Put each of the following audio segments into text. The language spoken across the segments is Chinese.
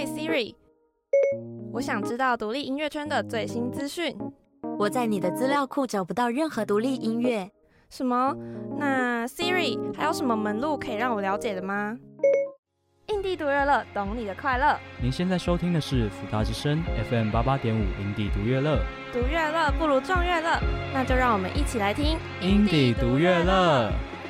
Hey Siri， 我想知道独立音乐圈的最新资讯。 我在你的资料库找不到任何独立音乐。 什么？那 Siri 还有什么门路可以让我了解的吗？印地独乐乐，懂你的快乐。 您现在收听的是辅大之声 FM 88.5印地独乐乐。 独乐乐不如众乐乐，那就让我们一起来听印地独乐乐。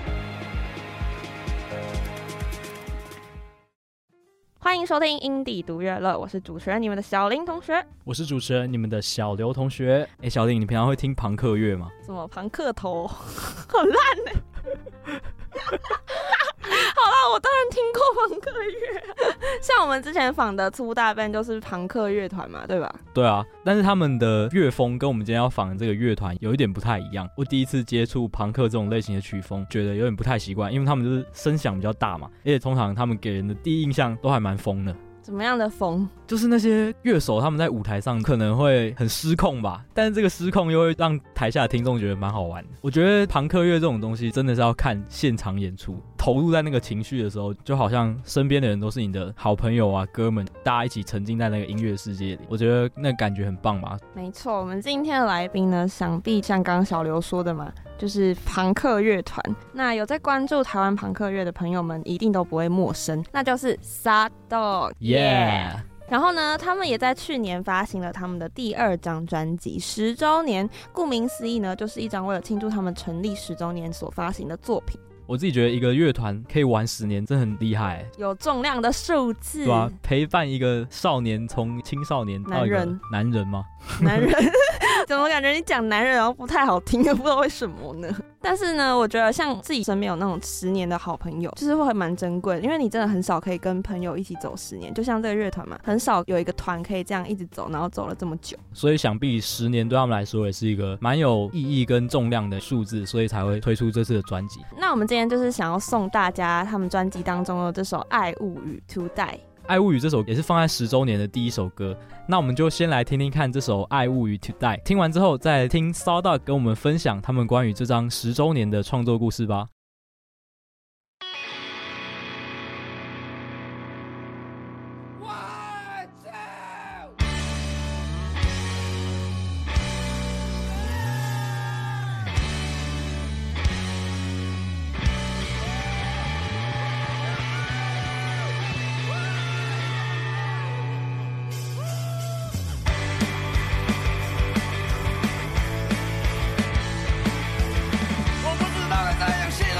欢迎收听印地独乐乐，我是主持人你们的小林同学。 我是主持人你们的小刘同学。小林，你平常会听朋克乐吗？ 什么朋克头？好烂欸好啦，我当然听过朋克乐，像我们之前访的粗大 band 就是朋克乐团嘛，对吧？ 对啊，但是他们的乐风跟我们今天要访的这个乐团有一点不太一样。我第一次接触朋克这种类型的曲风，觉得有点不太习惯，因为他们就是声响比较大嘛，而且通常他们给人的第一印象都还蛮疯的。 怎么样的疯？ 就是那些乐手他们在舞台上可能会很失控吧，但是这个失控又会让台下的听众觉得蛮好玩的。我觉得朋克乐这种东西真的是要看现场演出，投入在那个情绪的时候，就好像身边的人都是你的好朋友啊、哥们，大家一起沉浸在那个音乐世界里，我觉得那感觉很棒吧。 没错，我们今天的来宾呢，想必像刚刚小刘说的嘛，就是朋克乐团。那有在关注台湾朋克乐的朋友们一定都不会陌生，那就是 Sad Dog。 Yeah。 然后呢，他们也在去年发行了他们的第2张专辑10周年，顾名思义呢，就是一张为了庆祝他们成立10周年所发行的作品。 我自己觉得一个乐团可以玩10年真的很厉害， 有重量的数字。 对啊，陪伴一个少年从青少年到一个男人吗？ 男人怎么感觉你讲男人然后不太好听，不知道为什么呢？但是呢，我觉得像自己身边有那种10年的好朋友，就是会蛮珍贵的，因为你真的很少可以跟朋友一起走10年，就像这个乐团嘛，很少有一个团可以这样一直走，然后走了这么久。 所以想必10年对他们来说也是一个蛮有意义跟重量的数字，所以才会推出这次的专辑。 那我们今天就是想要送大家他们专辑当中的这首《爱物语 To Die》。 爱物语这首也是放在10周年的第一首歌，那我们就先来听听看这首爱物语 To Die， 听完之后再听 Sad Dog 跟我们分享他们关于这张10周年的创作故事吧。 我不知道该怎样写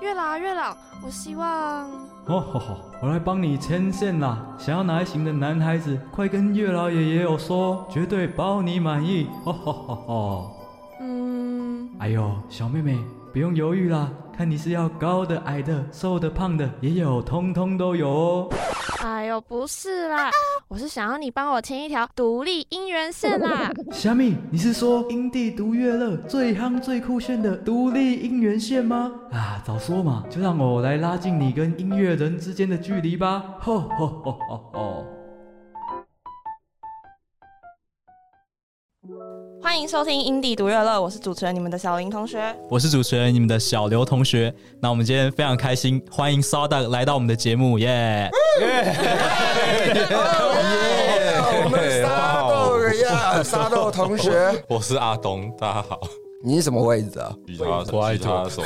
月老，我希望…… 我来帮你牵线啦！想要哪一型的男孩子，快跟月老爷爷有说，绝对包你满意！哎呦，小妹妹，不用犹豫啦，看你是要高的、矮的、瘦的、胖的，也有，通通都有哦。 哎呦，不是啦，我是想要你帮我牵一条独立姻缘线啦。 虾米，你是说因地独乐乐最夯最酷炫的独立姻缘线吗？啊，早说嘛，就让我来拉近你跟音乐人之间的距离吧。 欢迎收听《因地独乐乐》，我是主持人你们的小林同学， 我是主持人你们的小刘同学。那我们今天非常开心，欢迎沙大来到我们的节目，耶！ 我们沙豆呀，沙豆同学， 我是阿东，大家好。 你是什么位置啊？ 吉他手。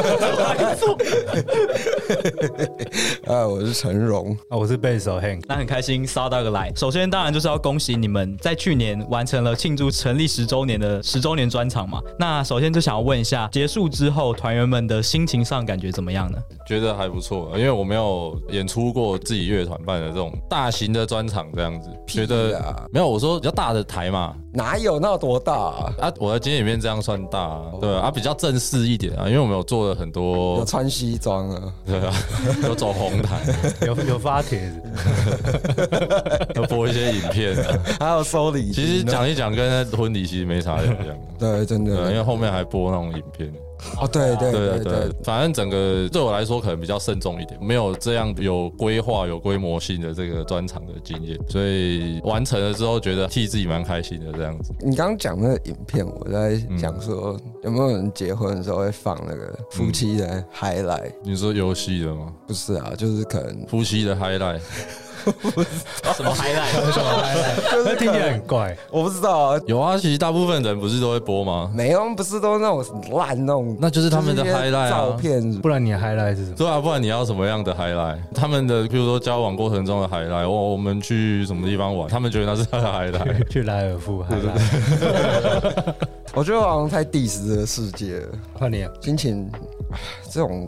我是陈荣， 我是贝手 Hank。 那很开心沙大来。首先当然就是要恭喜你们在去年完成了庆祝成立10周年的10周年专场嘛。那首先就想要问一下，结束之后团员们的心情上感觉怎么样呢？ 觉得还不错，因为我没有演出过自己乐团办的这种大型的专场这样子，觉得没有我说比较大的台嘛， 哪有那多大啊？ 我在经验里面这样算大啊，对啊，比较正式一点啊，因为我们有做了很多， 有穿西装啊， 对啊，有走红毯， 有发帖子， 有播一些影片， 还有收礼金。 其实讲一讲跟婚礼其实没啥两样， 对，真的， 因为后面还播那种影片。 对， 反正整个对我来说可能比较慎重一点，没有这样有规划、有规模性的这个专场的经验，所以完成了之后觉得替自己蛮开心的这样子。 你刚刚讲那个影片，我在想说，有没有人结婚的时候会放那个夫妻的 highlight？ 你说游戏的吗？ 不是啊，就是可能夫妻的 highlight。 什么 highlight？ 什么 highlight？ 就是听起来很怪， 我不知道啊。 有啊，其实大部分人不是都会播吗？ 没有，不是都那种烂那种， 那就是他们的 highlight 照片。 不然你的 highlight 是什么？ 对啊，不然你要什么样的 highlight？ 他们的比如说交往过程中的 highlight， 我们去什么地方玩，他们觉得那是他的 highlight。 去莱尔富 highlight。 我觉得我好像太 diss 这个世界了。 换你啊， 心情这种，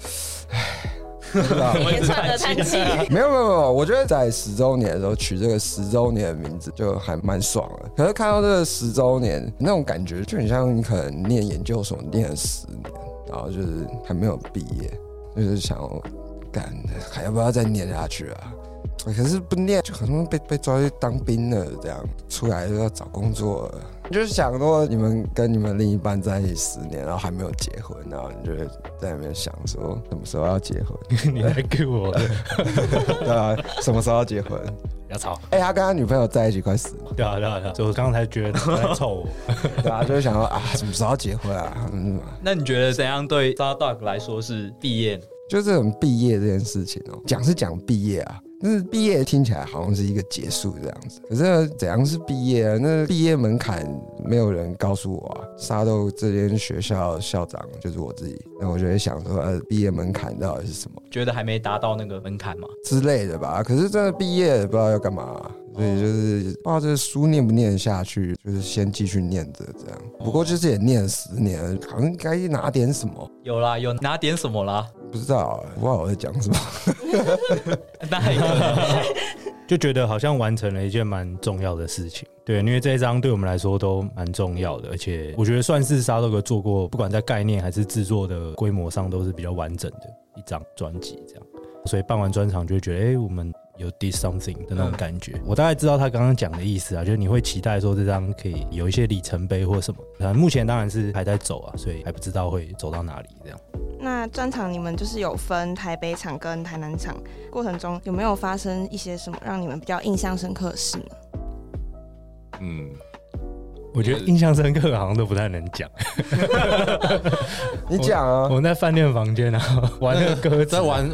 连串的叹气。 没有，我觉得在10周年的时候取这个10周年的名字就还蛮爽的。可是看到这个10周年那种感觉，就很像你可能念研究所念了10年，然后就是还没有毕业，就是想要干，还要不要再念下去啊？可是不念就好像被抓去当兵了，这样出来就要找工作了。就是想说，你们跟你们另一半在一起10年，然后还没有结婚，然后你就会在那边想说，什么时候要结婚？ 你在 Q 我？ 对啊，什么时候要结婚？ 不要吵！ 他跟他女朋友在一起快死了。 对啊，就我刚才觉得他在臭我。 对啊，就是想说什么时候要结婚啊？ 那你觉得怎样对 Starduck 来说是毕业？ 就这种毕业这件事情讲是讲毕业啊。但是毕业听起来好像是一个结束这样子，可是怎样是毕业啊？那毕业门槛没有人告诉我啊。沙豆这间学校校长就是我自己，那我就会想说，毕业门槛到底是什么？ 觉得还没达到那个门槛吗？ 之类的吧。可是真的毕业不知道要干嘛，所以就是不知道这书念不念得下去，就是先继续念着这样。不过就是也念了10年，好像该拿点什么。 有啦，有拿点什么啦？ 不知道，不知道我在讲什么。 那一个就觉得好像完成了一件蛮重要的事情。对，因为这一张对我们来说都蛮重要的，而且我觉得算是沙豆哥做过，不管在概念还是制作的规模上都是比较完整的一张专辑这样。所以办完专场就会觉得，我们有 did something 的那种感觉。我大概知道他刚刚讲的意思啊，就是你会期待说这张可以有一些里程碑或什么。目前当然是还在走啊，所以还不知道会走到哪里这样。 那专场你们就是有分台北场跟台南场，过程中有没有发生一些什么让你们比较印象深刻的事呢？ 我觉得印象深刻好像都不太能讲。 你讲啊！ 我们在饭店房间啊，玩那个鸽子， 在玩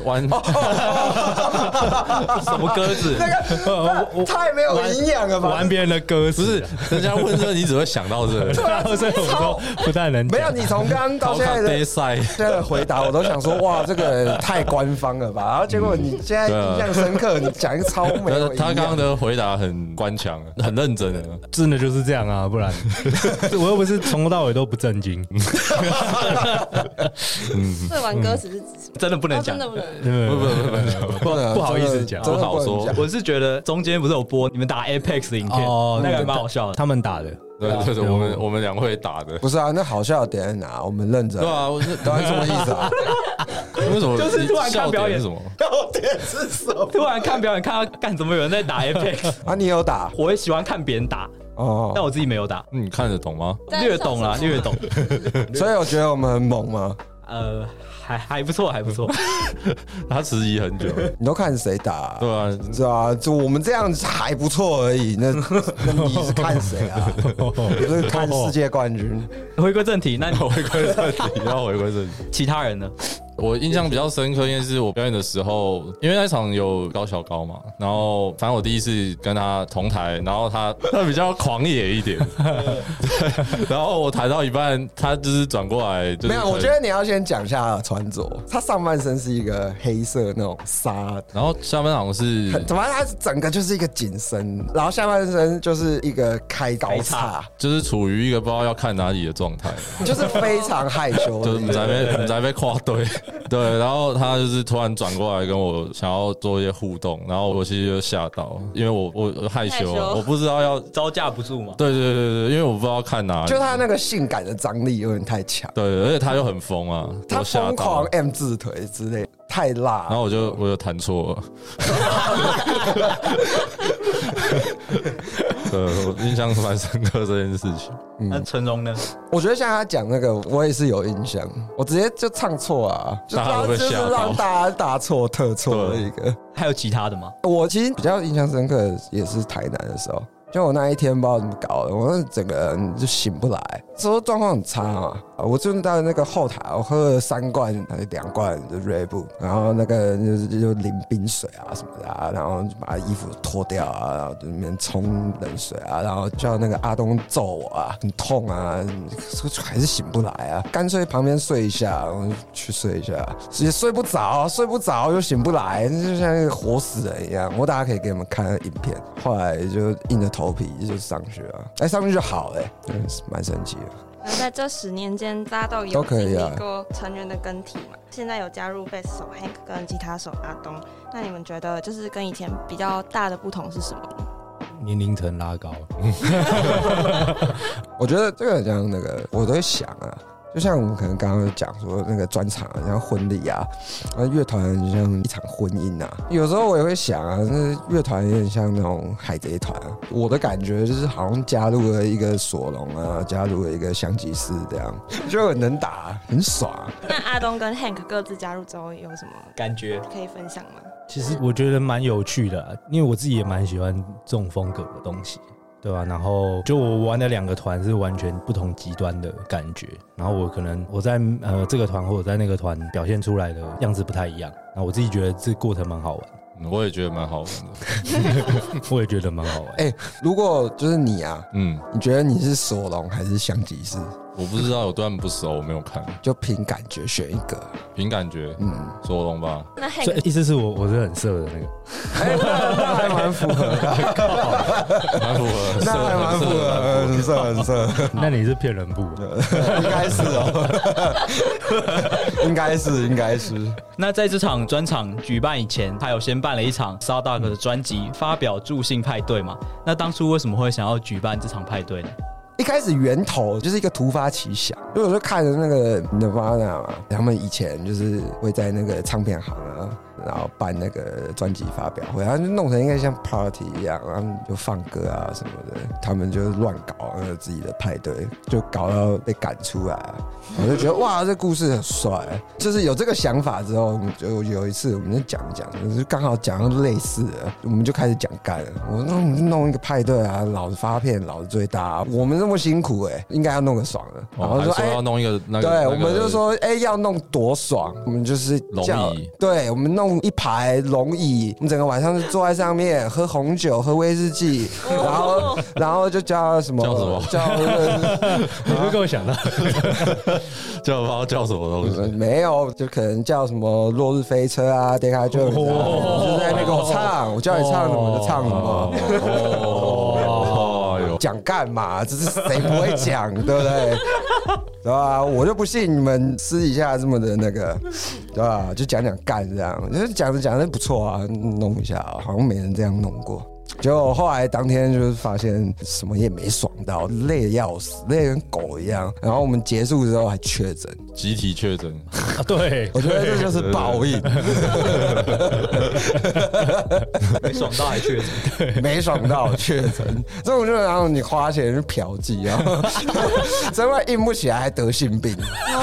什么鸽子？ 那个太没有营养了吧？ 玩别人的鸽子， 不是人家问这，你只会想到这个。 所以我都不太能讲。 没有，你从刚刚到现在的回答，我都想说，哇，这个太官方了吧？然后结果你现在印象深刻，你讲一个超没有营养。 他刚刚的回答很官腔，很认真的， 真的就是这样啊，不然。 烂，我又不是从头到尾都不正经。 会玩歌词是指什么？ 真的不能讲， 真的不能。 不好意思讲， 真的不好说。 我是觉得中间不是有播你们打 Apex 的影片，那个蛮好笑的。 他们打的， 对，我们两会打的。 不是啊，那好笑的点在哪？我们认真。 对啊， 当然什么意思啊？ 为什么？ 就是突然看表演是什么？ 笑点是什么？ 突然看表演，看到干怎么有人在打 Apex 啊？你有打？ 我也喜欢看别人打。但我自己没有打。 你看得懂吗？ 略懂啦，略懂。 所以我觉得我们很猛吗？ 还不错，还不错。 他迟疑很久。 你都看谁打？ 对啊， 是啊，就我们这样子还不错而已。那你是看谁啊？你是看世界冠军。 回归正题，那你回归正题，要回归正题。 其他人呢？ 我印象比较深刻，因为是我表演的时候，因为那场有高小高嘛，然后反正我第一次跟他同台，然后他比较狂野一点，对，然后我弹到一半，他就是转过来，就是没有，我觉得你要先讲一下他的穿着，他上半身是一个黑色那种纱， 然后下半场是， 怎么他整个就是一个紧身，然后下半身就是一个开高叉， 就是处于一个不知道要看哪里的状态， 就是非常害羞， 就是你在被跨队。对，然后他就是突然转过来跟我想要做一些互动，然后我其实就吓到，因为我害羞，我不知道要招架不住嘛。 对，因为我不知道看哪里， 就他那个性感的张力有点太强。 对，而且他又很疯啊， 他疯狂 M 字腿之类，太辣。 然后我就弹错了。对，我印象蛮深刻这件事情。 那陈荣呢？ 我觉得像他讲那个，我也是有印象。我直接就唱错啊，就是让大家大错特错的一个。 还有其他的吗？ 我其实比较印象深刻的也是台南的时候。就我那一天不知道怎么搞的，我整个人就醒不来，之后状况很差嘛。我就到那个后台，我喝了3罐还是2罐的 Red Bull， 然后那个就淋冰水啊什么的啊，然后就把衣服脱掉啊，然后就里面冲冷水啊，然后叫那个阿东揍我啊，很痛啊，还是醒不来啊，干脆旁边睡一下，我就去睡一下，也睡不着又醒不来，就像一个活死人一样。我大家可以给你们看影片，后来就硬着头皮就上去了，上去就好了，蛮神奇的。 那在这10年间，大家都有经历过成员的更替嘛？现在有加入贝斯手 Hank 跟吉他手阿东，那你们觉得就是跟以前比较大的不同是什么呢？ 年龄层拉高。 我觉得这个很像那个，我都会想啊。就像我们可能刚刚讲说那个专场啊，像婚礼啊，乐团就像一场婚姻啊。有时候我也会想啊，那乐团有点像那种海贼团啊。我的感觉就是好像加入了一个索隆啊，加入了一个香吉士这样，就很能打，很爽。 那阿东跟 Hank 各自加入之后有什么感觉可以分享吗？ 其实我觉得蛮有趣的，因为我自己也蛮喜欢这种风格的东西。对吧？然后就我玩的2个团是完全不同极端的感觉，然后我在这个团或者在那个团表现出来的样子不太一样，然后我自己觉得这过程蛮好玩。 我也觉得蛮好玩的， 我也觉得蛮好玩。 如果就是你啊，你觉得你是索隆还是香吉士？ 我不知道，我对他们不熟，我没有看， 就凭感觉选一个。 凭感觉，索隆吧。 那所以意思是我是很色的那个， 那还蛮符合的， 蛮符合， 那还蛮符合，很色。 那你是骗人不？ 应该是应该是。 那在这场专场举办以前，他有先办了一场 Sawdog 的专辑发表助兴派对嘛？那当初为什么会想要举办这场派对呢？ 一开始源头就是一个突发奇想，因为我就看着那个 Nirvana 嘛，他们以前就是会在那个唱片行啊，然后办那个专辑发表会，然后就弄成应该像 party 一样，然后就放歌啊什么的，他们就乱搞那个自己的派对，就搞到被赶出来。我就觉得哇，这故事很帅，就是有这个想法之后，我们就有一次我们就讲一讲，就刚好讲到类似的，我们就开始讲干了。我说我们弄一个派对啊，老子发片，老子最大，我们这么辛苦应该要弄个爽的。然后说要弄一个那个， 对，我们就说要弄多爽，我们就是龙椅， 对，我们弄一排龙椅，我们整个晚上就坐在上面喝红酒、喝威士忌，然后就叫什么叫你会跟我想到叫不知道叫什么东西， 没有，就可能叫什么落日飞车啊 ，Decca Jones 啊，就在那边给我唱，我叫你唱什么就唱什么。 哦哟。 讲干嘛？这是谁不会讲，对不对？对吧？我就不信你们私底下这么的那个，对吧？就讲干这样，就是讲着不错啊，弄一下，好像没人这样弄过。结果后来当天就是发现什么也没爽到，累得要死，累得跟狗一样。然后我们结束之后还确诊， 集体确诊啊，对， 我觉得这就是报应。 没爽到还确诊， 没爽到确诊，这种就让你花钱去嫖妓啊，真的硬不起来还得性病。 Oh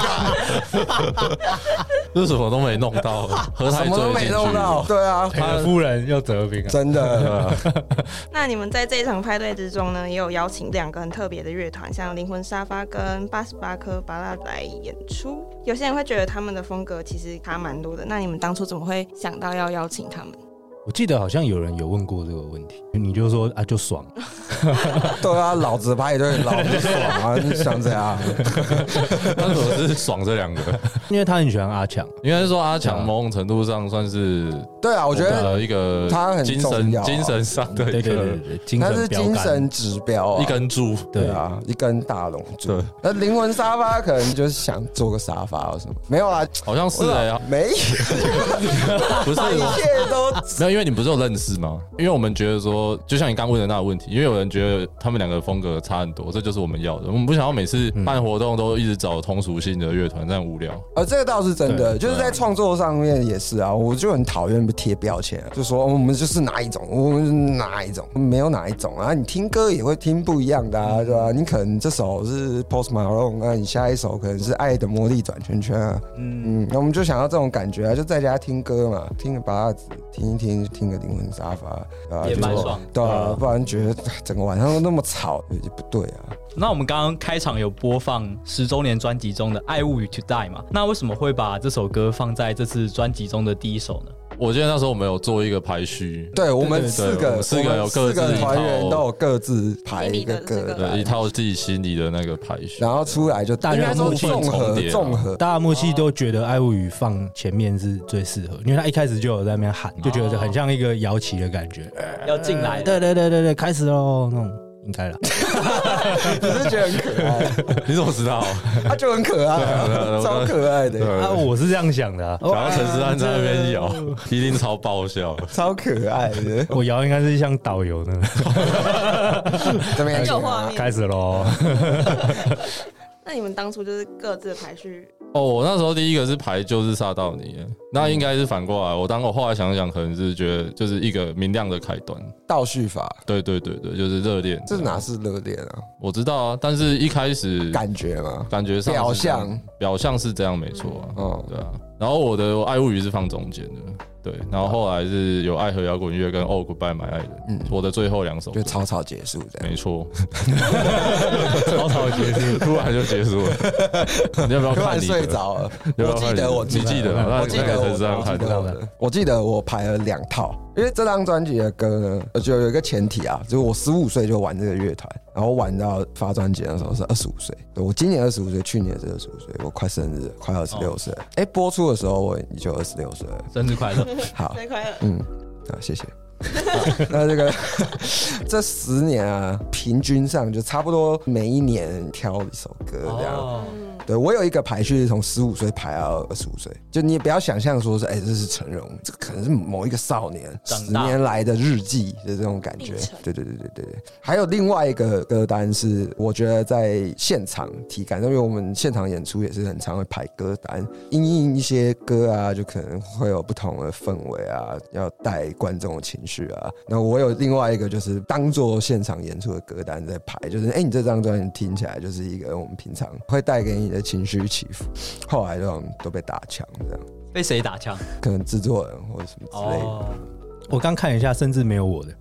my god！ 就什么都没弄到，喝太醉什么都没弄到，对啊， 赔了夫人又折兵啊， 真的。 那你们在这一场派对之中呢，也有邀请2个很特别的乐团，像灵魂沙发跟88颗芭乐来演出。有些人会觉得他们的风格其实差蛮多的，那你们当初怎么会想到要邀请他们？ 我记得好像有人有问过这个问题，你就说啊就爽， 对啊，老子派对老子爽啊，你想怎样？ 那怎么是爽这2个？ 因为他很喜欢阿强， 应该是说阿强某种程度上算是对啊，我觉得一个他很重要精神上的一个， 他是精神指标啊， 一根柱， 对啊，一根大龙柱。那灵魂沙发可能就是想做个沙发或什么，没有啊， 好像是没有， 不是， 一切都没有，因为你不是有认识吗？因为我们觉得说，就像你刚问的那个问题，因为有人觉得他们2个风格差很多，这就是我们要的。我们不想要每次办活动都一直找通俗性的乐团，这样无聊。 这个倒是真的，就是在创作上面也是啊，我就很讨厌被贴标签，就说我们就是哪一种，我们是哪一种，没有哪一种啊。你听歌也会听不一样的啊，对吧？你可能这首是 Post Malone， 那你下一首可能是爱的魔力转圈圈啊。那我们就想要这种感觉啊，就在家听歌嘛，听个芭乐子，听一听，听个灵魂沙发， 也蛮爽， 对啊，不然觉得整个晚上都那么吵，也不对啊。 那我们刚刚开场有播放10周年专辑中的《爱物语 To Die》嘛？那为什么会把这首歌放在这次专辑中的第一首呢？ 我记得那时候我们有做一个排序， 对我们4个有各自团员都有各自排一个歌， 对，一套自己心里的那个排序， 然后出来就大家都综合， 大家默契都觉得《爱物语》放前面是最适合，因为他一开始就有在那边喊，就觉得很像一个摇旗的感觉， 要进来， 对，开始喽那种。应该啦， 只是觉得很可爱。 你怎么知道？ 他就很可爱，超可爱的。 啊，我是这样想的。 然后陈思安在那边摇，一定超爆笑， 超可爱的。 我摇应该是像导游的。 这边有画面， 开始喽。 那你们当初就是各自的排序？ 我那时候第一个是排就是杀到你，那应该是反过来。我后来想想，可能是觉得就是一个明亮的开端， 倒叙法。对， 就是热恋。 这哪是热恋啊？ 我知道啊，但是一开始感觉嘛， 感觉上表象是这样没错啊，对啊。然后我的爱物语是放中间的，对，然后后来是有爱和摇滚乐跟Oh Goodbye My Island，我的最后2首就草草结束的， 没错， 草草结束， 突然就结束了。你要不要看？ 突然睡着了。我记得， 你记得， 我记得我排了2套。因为这张专辑的歌呢，就有一个前提啊，就是我15岁就玩这个乐团，然后玩到发专辑的时候是25岁。对，我今年25岁，去年是25岁，我快生日了，快26岁了。播出的时候我已经26岁了， 生日快乐！ 好， 生日快乐！ 好，谢谢。那这个这10年啊，平均上就差不多每一年挑一首歌这样。对，我有一个排序是从15岁排到25岁，就你也不要想象说是这是成龙，这可能是某一个少年10年来的日记的这种感觉。对。还有另外一个歌单是，我觉得在现场体感，因为我们现场演出也是很常会排歌单，因应一些歌啊，就可能会有不同的氛围啊，要带观众的情绪啊。那我有另外一个就是当做现场演出的歌单在排，就是你这张专辑听起来就是一个我们平常会带给你的情绪起伏，后来都被打枪这样。 被谁打枪？ 可能制作人或者什么之类的。 我刚看一下，甚至没有我的。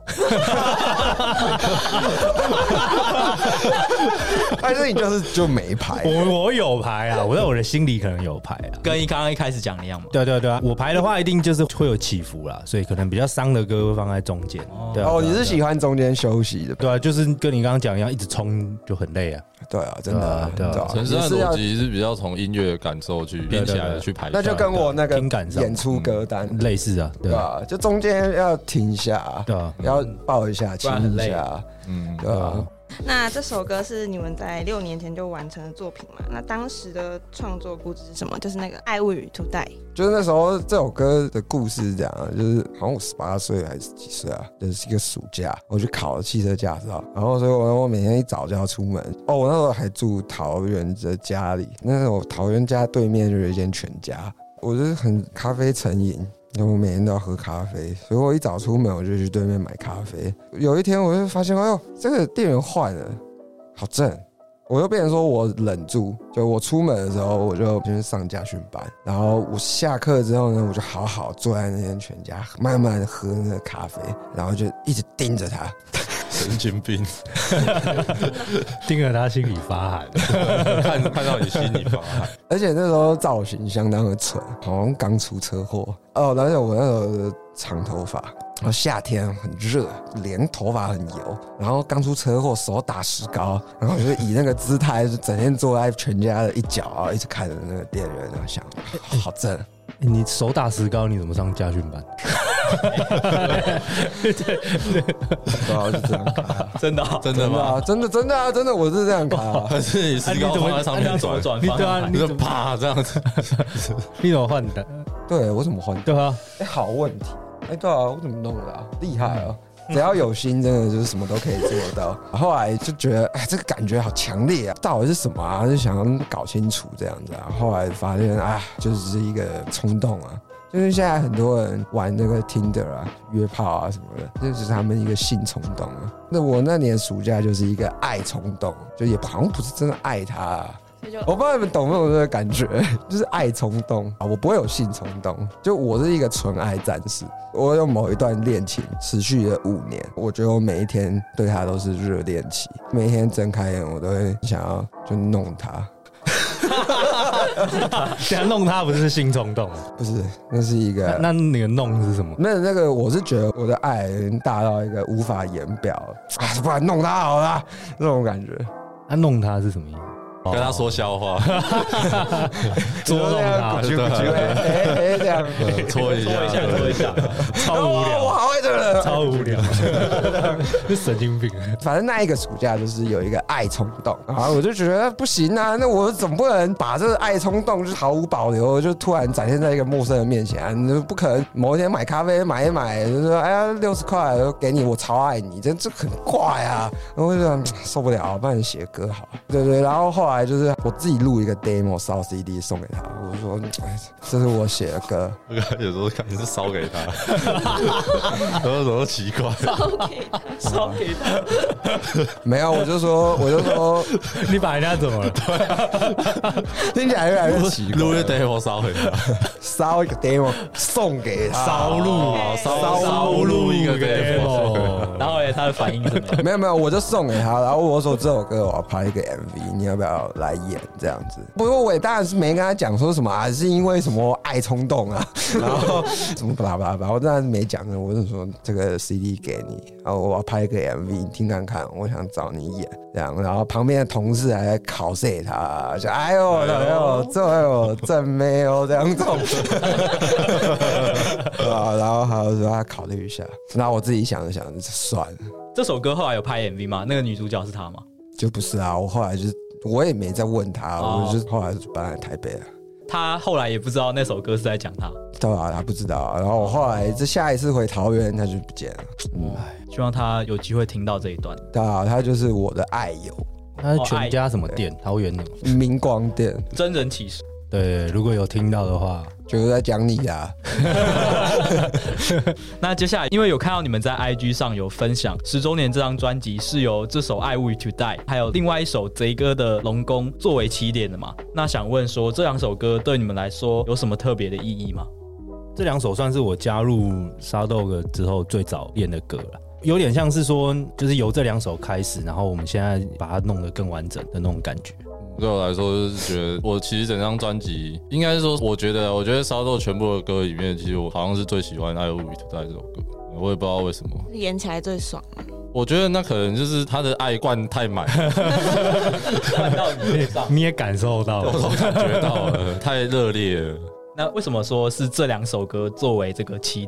但是你就没排， 我有排啊，我在我的心里可能有排啊， 跟刚刚一开始讲的一样嘛。 对啊，我排的话一定就是会有起伏啦，所以可能比较伤的歌会放在中间。对啊， 你是喜欢中间休息的？ 对啊，就是跟你刚刚讲一样，一直冲就很累啊。 对啊，真的。 对啊， 陈思安逻辑是比较从音乐的感受去编起来的去排， 那就跟我那个演出歌单类似啊， 对吧？就中间要停一下， 对啊， 要抱一下，亲一不然很累下，对啊吧？ 那这首歌是你们在6年前就完成的作品嘛？那当时的创作故事是什么？就是那个《爱物语 to Die》。 就是那时候这首歌的故事是这样，就是好像我18岁还是几岁啊，就是一个暑假，我去考了汽车驾照，然后所以我每天一早就要出门。我那时候还住桃园的家里，那时候桃园家对面就有一间全家，我就是很咖啡成瘾。因为我每天都要喝咖啡，所以我一早出门我就去对面买咖啡。有一天我就发现，哎呦，这个店员换了，好正！我就变成说我忍住，就我出门的时候我就先上驾训班，然后我下课之后呢，我就好好坐在那间全家，慢慢喝那个咖啡，然后就一直盯着他。 神经病， 盯着他心里发寒， 看到你心里发寒。 而且那时候造型相当的蠢，好像刚出车祸哦。而且我那时候的长头发，然后夏天很热，脸头发很油，然后刚出车祸，手打石膏，然后我就以那个姿态，就整天坐在全家的一角啊，一直看着那个店员，然后想，好正。 你手打石膏，你怎么上家训班？ 对啊，就这样卡。 真的真的吗？ 真的，我是这样卡。 还是你石膏放在上面转？ 对啊， 你就啪这样子。 你怎么换的？ 对我怎么换？ 对啊， 好问题。对啊，我怎么弄的啊？厉害哦！只要有心，真的就是什么都可以做到。后来就觉得，这个感觉好强烈啊！到底是什么啊？就想要搞清楚这样子啊。后来发现，就是一个冲动啊。就是现在很多人玩那个 Tinder 啊、约炮啊什么的，这就是他们一个性冲动啊。那我那年暑假就是一个爱冲动，就也好像不是真的爱他啊。我不知道你们懂不懂这个感觉，就是爱冲动啊！我不会有性冲动，就我是一个纯爱战士。我有某一段恋情持续了5年，我觉得我每一天对他都是热恋期，每一天睁开眼我都会想要就弄他。 等下弄他不是性冲动， 不是，那是一个那个弄是什么？ 那个我是觉得我的爱已经大到一个无法言表不然弄他好了，那种感觉。 那弄他是什么意思？ 跟他说笑话， 捉弄他， 这样搓一下， 超无聊， 我好爱这个人， 超无聊，是神经病。 反正那一个暑假就是有一个爱冲动，然后我就觉得不行啊，那我总不能把这个爱冲动就毫无保留就突然展现在一个陌生人面前啊，你不可能某一天买咖啡买一买就说哎呀60块给你，我超爱你，这很怪啊，然后我就想受不了，帮你写歌好，对，然后后来就是我自己录一个 demo 烧 CD 送给他，我就说这是我写的歌。 有时候看你是烧给他，有时候奇怪， 烧给他， 没有，我就说你把人家怎么了？ 听起来越来越奇怪。 录一个 demo 烧给他， 烧一个 demo 送给他， 烧录一个 demo， 然后他的反应是什么？ 没有，我就送给他，然后我说这首歌我要拍一个 MV， 你要不要来演这样子？不过我也当然是没跟他讲说什么是因为什么爱冲动啊，然后什么巴拉巴拉，我当然是没讲的，我就说这个 CD 给你，然后我要拍一个 MV， 你听看看，我想找你演这样，然后旁边的同事还在考试他，就哎呦，这没有这样种，然后还有说他考虑一下，然后我自己想了想，算了。 这首歌后来有拍 MV 吗？那个女主角是她吗？ 就不是啊，我后来就是我也没再问他，我就后来就搬来台北了。 他后来也不知道那首歌是在讲他， 对啊，他不知道。然后我后来这下一次回桃园，他就不见了。 希望他有机会听到这一段。 对啊，他就是我的爱友。 他是全家什么店？桃园的明光店。 真人启事。 对，如果有听到的话， 就是在讲你啊。 那接下来，因为有看到你们在 IG 上有分享10周年这张专辑是由这首《爱物语 to Die》还有另外一首贼歌的《龙宫》作为起点的嘛？那想问说，这2首歌对你们来说有什么特别的意义吗？ 这2首算是我加入沙豆哥之后最早练的歌了。有点像是说，就是由这2首开始，然后我们现在把它弄得更完整的那种感觉。 对我来说，就是觉得我其实整张专辑，应该是说，我觉得沙豆全部的歌里面，其实我好像是最喜欢《爱物语 to Die》这首歌，我也不知道为什么， 演起来最爽。 我觉得那可能就是他的爱灌太满， 灌到你身上， 你也感受到了， 我都感觉到了，太热烈了。 那为什么说是这2首歌作为这个起点？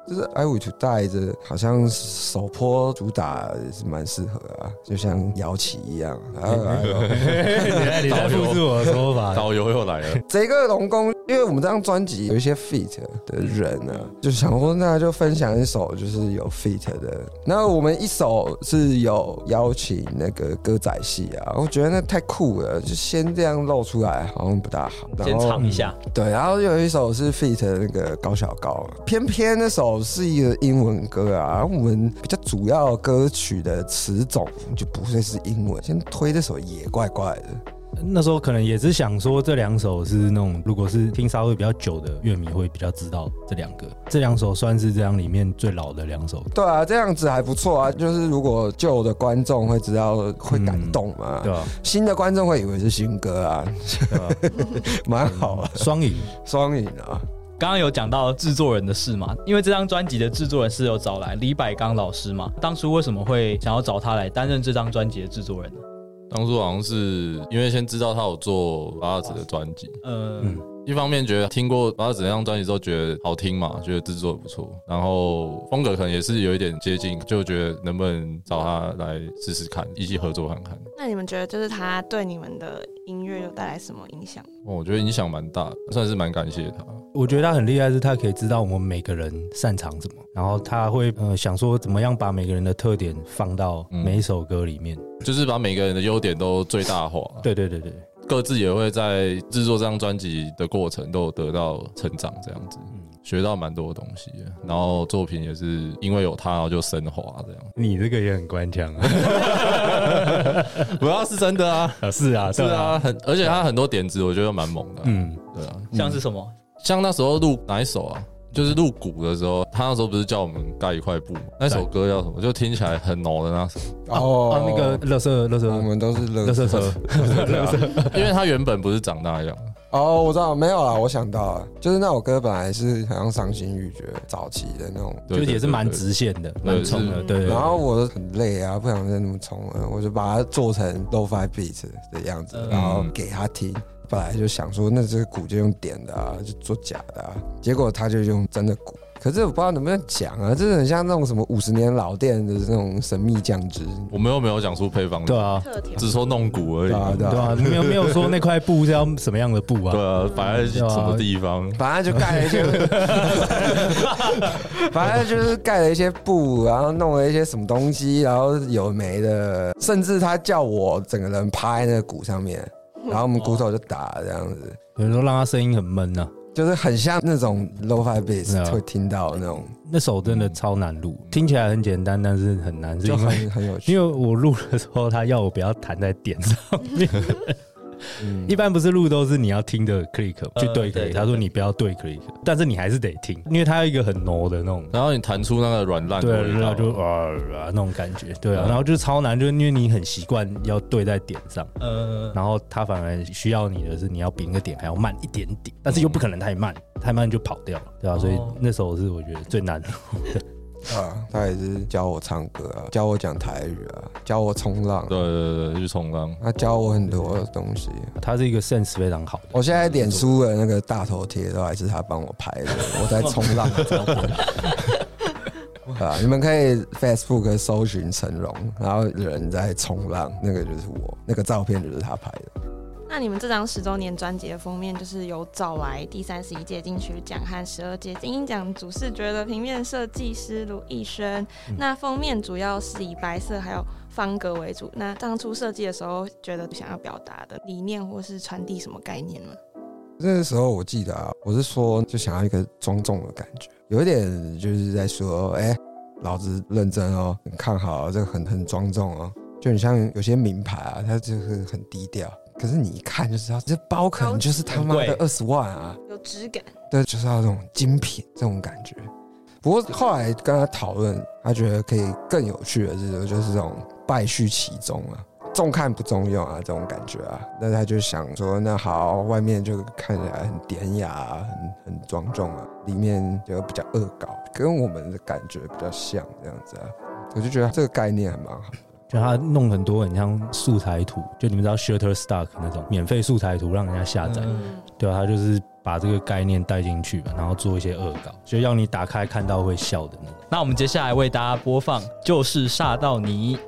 就是 I Will To Die 这好像首波主打也是蛮适合啊，就像摇旗一样。 你在复制我的说法， 导游又来了。 这个龙宫，因为我们这张专辑有一些 feat 的人呢、就想说那就分享一首就是有 feat 的。那我们一首是有邀请那个歌仔戏啊，我觉得那太酷了，就先这样露出来好像不大好。 先唱一下。 对，然后有一首是 feat 的那个高小高，偏偏那首是一个英文歌啊，我们比较主要歌曲的词种就不会是英文，先推这首也怪怪的。 那时候可能也是想说，这2首是那种如果是听沙会比较久的乐迷会比较知道这2个，这2首算是这样里面最老的2首。 对啊，这样子还不错啊，就是如果旧的观众会知道会感动嘛， 对啊， 新的观众会以为是新歌啊，对吧？蛮好啊， 双赢啊。 刚刚有讲到制作人的事嘛，因为这张专辑的制作人是有找来李百刚老师嘛，当初为什么会想要找他来担任这张专辑的制作人呢？ 当初好像是因为先知道他有做八二子的专辑，一方面觉得听过八二子那张专辑之后觉得好听嘛，觉得制作不错，然后风格可能也是有一点接近，就觉得能不能找他来试试看，一起合作看看。 那你们觉得就是他对你们的音乐有带来什么影响？ 我觉得影响蛮大的，算是蛮感谢他。 我觉得他很厉害，是他可以知道我们每个人擅长什么，然后他会想说怎么样把每个人的特点放到每一首歌里面， 就是把每个人的优点都最大化。 对， 各自也会在制作这张专辑的过程都有得到成长，这样子。学到蛮多东西的，然后作品也是因为有他，然后就升华这样。 你这个也很官腔啊， 不要是真的啊， 是啊， 而且他很多点子我觉得蛮猛的、对啊， 像是什么？ 像那时候录哪一首啊？就是录鼓的时候，他那时候不是叫我们盖一块布吗？那首歌叫什么？就听起来很浓的那首。 那个垃圾， 我们都是垃圾车， 因为他原本不是长那样。 我知道，没有啦，我想到了，就是那首歌本来是好像伤心欲绝早期的那种， 就也是蛮直线的，蛮冲的，对。 然后我很累啊，不想再那么冲了，我就把它做成 lo-fi beat 的样子，然后给他听。本来就想说，那这个鼓就用点的啊，就做假的啊，结果他就用真的鼓。可是我不知道能不能讲啊，这很像那种什么50年老店的那种神秘酱汁。 我们又没有讲出配方， 对啊， 只说弄鼓而已， 对啊，没有说那块布是要什么样的布啊？ 对啊，摆在什么地方？ 反正就盖了一些，反正就是盖了一些布，然后弄了一些什么东西，然后有没的，甚至他叫我整个人趴在那个鼓上面，然后我们鼓手就打这样子， 有人说让他声音很闷啊。 就是很像那种 lo-fi bass 会听到的那种。 那首真的超难录，听起来很简单，但是很难， 就很有趣。 因为我录的时候，他要我不要弹在点上面。一般不是录都是你要听的 click 去对 click，他说你不要对 click，但是你还是得听，因为它有一个很 no 的那种， 然后你弹出那个软烂的味道， 对，然后就那种感觉，对啊，然后就是超难，就是因为你很习惯要对在点上，然后他反而需要你的是你要比那个点还要慢一点点，但是又不可能太慢，太慢就跑掉了，对啊，所以那首是我觉得最难的。 他也是教我唱歌啊，教我讲台语啊，教我冲浪。 对，去冲浪。 他教我很多东西。 他是一个 sense 非常好的。 我现在脸书的那个大头贴都还是他帮我拍的，我在冲浪的照片。你们可以 Facebook 搜寻成龙，然后人在冲浪，那个就是我，那个照片就是他拍的。 那你们这张10周年专辑的封面就是有找来第31届金曲奖和12届金鹰奖主视觉的平面设计师卢奕轩。那封面主要是以白色还有方格为主。那当初设计的时候，觉得想要表达的理念或是传递什么概念吗？ 那个时候我记得我是说就想要一个庄重的感觉，有一点就是在说，老子认真哦，看好这个很庄重哦，就很像有些名牌它就是很低调。可是你一看就知道，这包可能就是他妈的20万啊， 有质感。 对，就是要这种精品这种感觉。不过后来跟他讨论，他觉得可以更有趣的就是这种败絮其中啊，重看不重用啊这种感觉啊。那他就想说，那好，外面就看起来很典雅啊，很庄重啊，里面就比较恶搞，跟我们的感觉比较像这样子啊。我就觉得这个概念还蛮好的。 就他弄很多很像素材图，就你们知道 Shutterstock 那种免费素材图让人家下载，对啊，他就是把这个概念带进去吧，然后做一些恶搞，就要你打开看到会笑的那种。 那我们接下来为大家播放就是煞到你。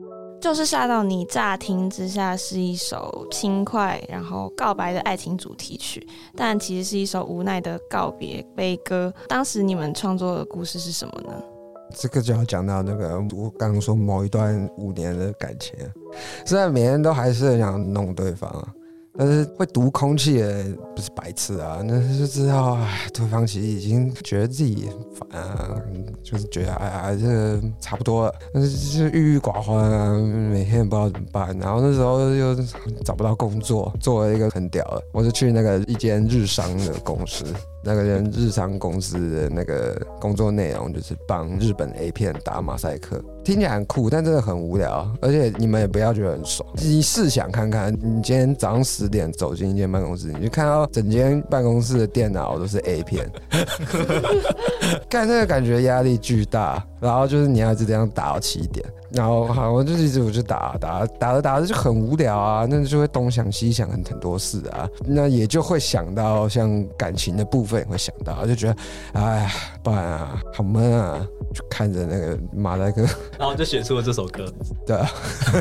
就是杀到你乍听之下是一首轻快然后告白的爱情主题曲，但其实是一首无奈的告别悲歌。当时你们创作的故事是什么呢？ 这个就要讲到那个我刚刚说某一段5年的感情，虽然每天都还是很想弄对方啊，但是会读空气的不是白痴啊，那就知道对方其实已经觉得自己很烦啊，就是觉得这个差不多了，但是就是郁郁寡欢啊，每天也不知道怎么办。然后那时候又找不到工作，做了一个很屌的，我就去那个一间日商的公司。那个人日商公司的那个工作内容就是帮日本 A 片打马赛克，听起来很酷，但真的很无聊，而且你们也不要觉得很爽。你试想看看，你今天早上10点走进一间办公室，你就看到整间办公室的电脑都是 A 片，干那个感觉压力巨大。然后就是你要这样打到7点，然后好，我就打着就很无聊啊，那就会东想西想很多事啊，那也就会想到像感情的部分也会想到，就觉得哎，不然啊，好闷啊，就看着那个马赛克， 然后就写出了这首歌。 对啊，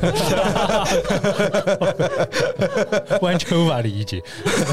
完全无法理解。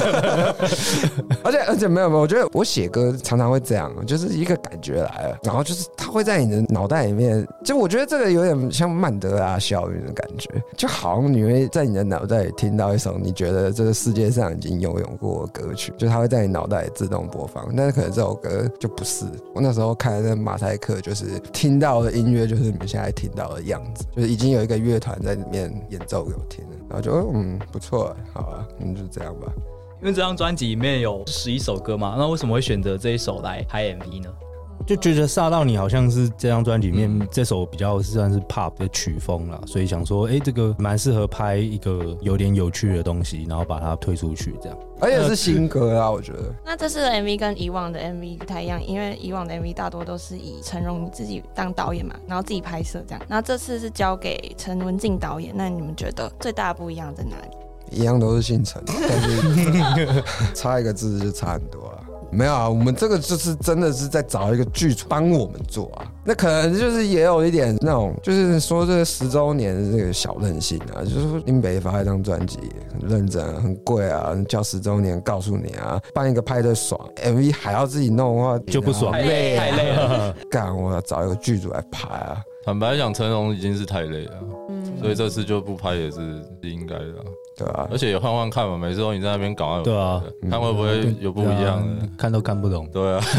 而且没有，我觉得我写歌常常会这样，就是一个感觉来了，然后就是它会在你的脑袋里面，就我觉得这个有点像曼德拉效应的感觉，就好像你会在你的脑袋里听到一首你觉得这个世界上已经拥有过的歌曲，就它会在你脑袋里自动播放，但是可能这首歌就不是。我那时候看那马赛克，就是听到的音乐就是你们现在听到的样子，就是已经有一个乐团在里面演奏给我听了，然后就不错，好啊，就这样吧。 因为这张专辑里面有11首歌嘛，那为什么会选择这一首来拍 MV 呢？ 就觉得杀到你好像是这张专辑里面这首比较算是 pop 的曲风啦，所以想说这个蛮适合拍一个有点有趣的东西，然后把它推出去这样， 而且是新歌啦，我觉得。 那这次的 MV 跟以往的 MV 不太一样，因为以往的 MV 大多都是以陈荣你自己当导演嘛，然后自己拍摄这样，然后这次是交给陈文静导演，那你们觉得最大的不一样在哪里？ 一样都是姓陈，但是差一个字就差很多啊。没有啊，我们这个就是真的是在找一个剧组帮我们做啊。那可能就是也有一点那种，就是说这个10周年的这个小任性啊，就是说林北发一张专辑很认真、很贵啊，叫10周年告诉你啊，办一个派对爽 ，MV 还要自己弄的话就不爽， 太累了。 干，我要找一个剧组来拍啊。 坦白讲，成龙已经是太累了，所以这次就不拍也是应该的。 对啊， 而且也换换看嘛，每次都你在那边搞， 对啊， 看会不会有不一样的， 看都看不懂。 对啊，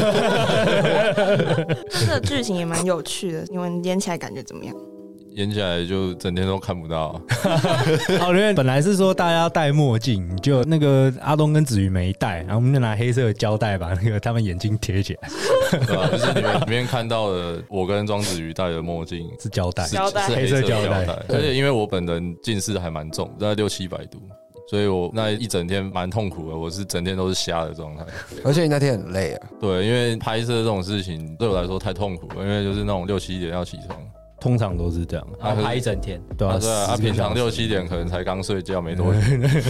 这个剧情也蛮有趣的，你们演起来感觉怎么样？ 演起来就整天都看不到。 因为本来是说大家要戴墨镜，就那个阿东跟子瑜没戴，然后我们就拿黑色的胶带把那个他们眼睛贴起来。 对啊，就是你们里面看到的，我跟庄子瑜戴的墨镜是胶带， 是黑色胶带。 而且因为我本人近视还蛮重，大概600-700度。所以我那一整天蛮痛苦的，我是整天都是瞎的状态。 而且你那天很累啊。 对，因为拍摄这种事情对我来说太痛苦了，因为就是那种6-7点要起床。 通常都是这样， 然后拍一整天。 对啊， 平常6-7点可能才刚睡觉没多久。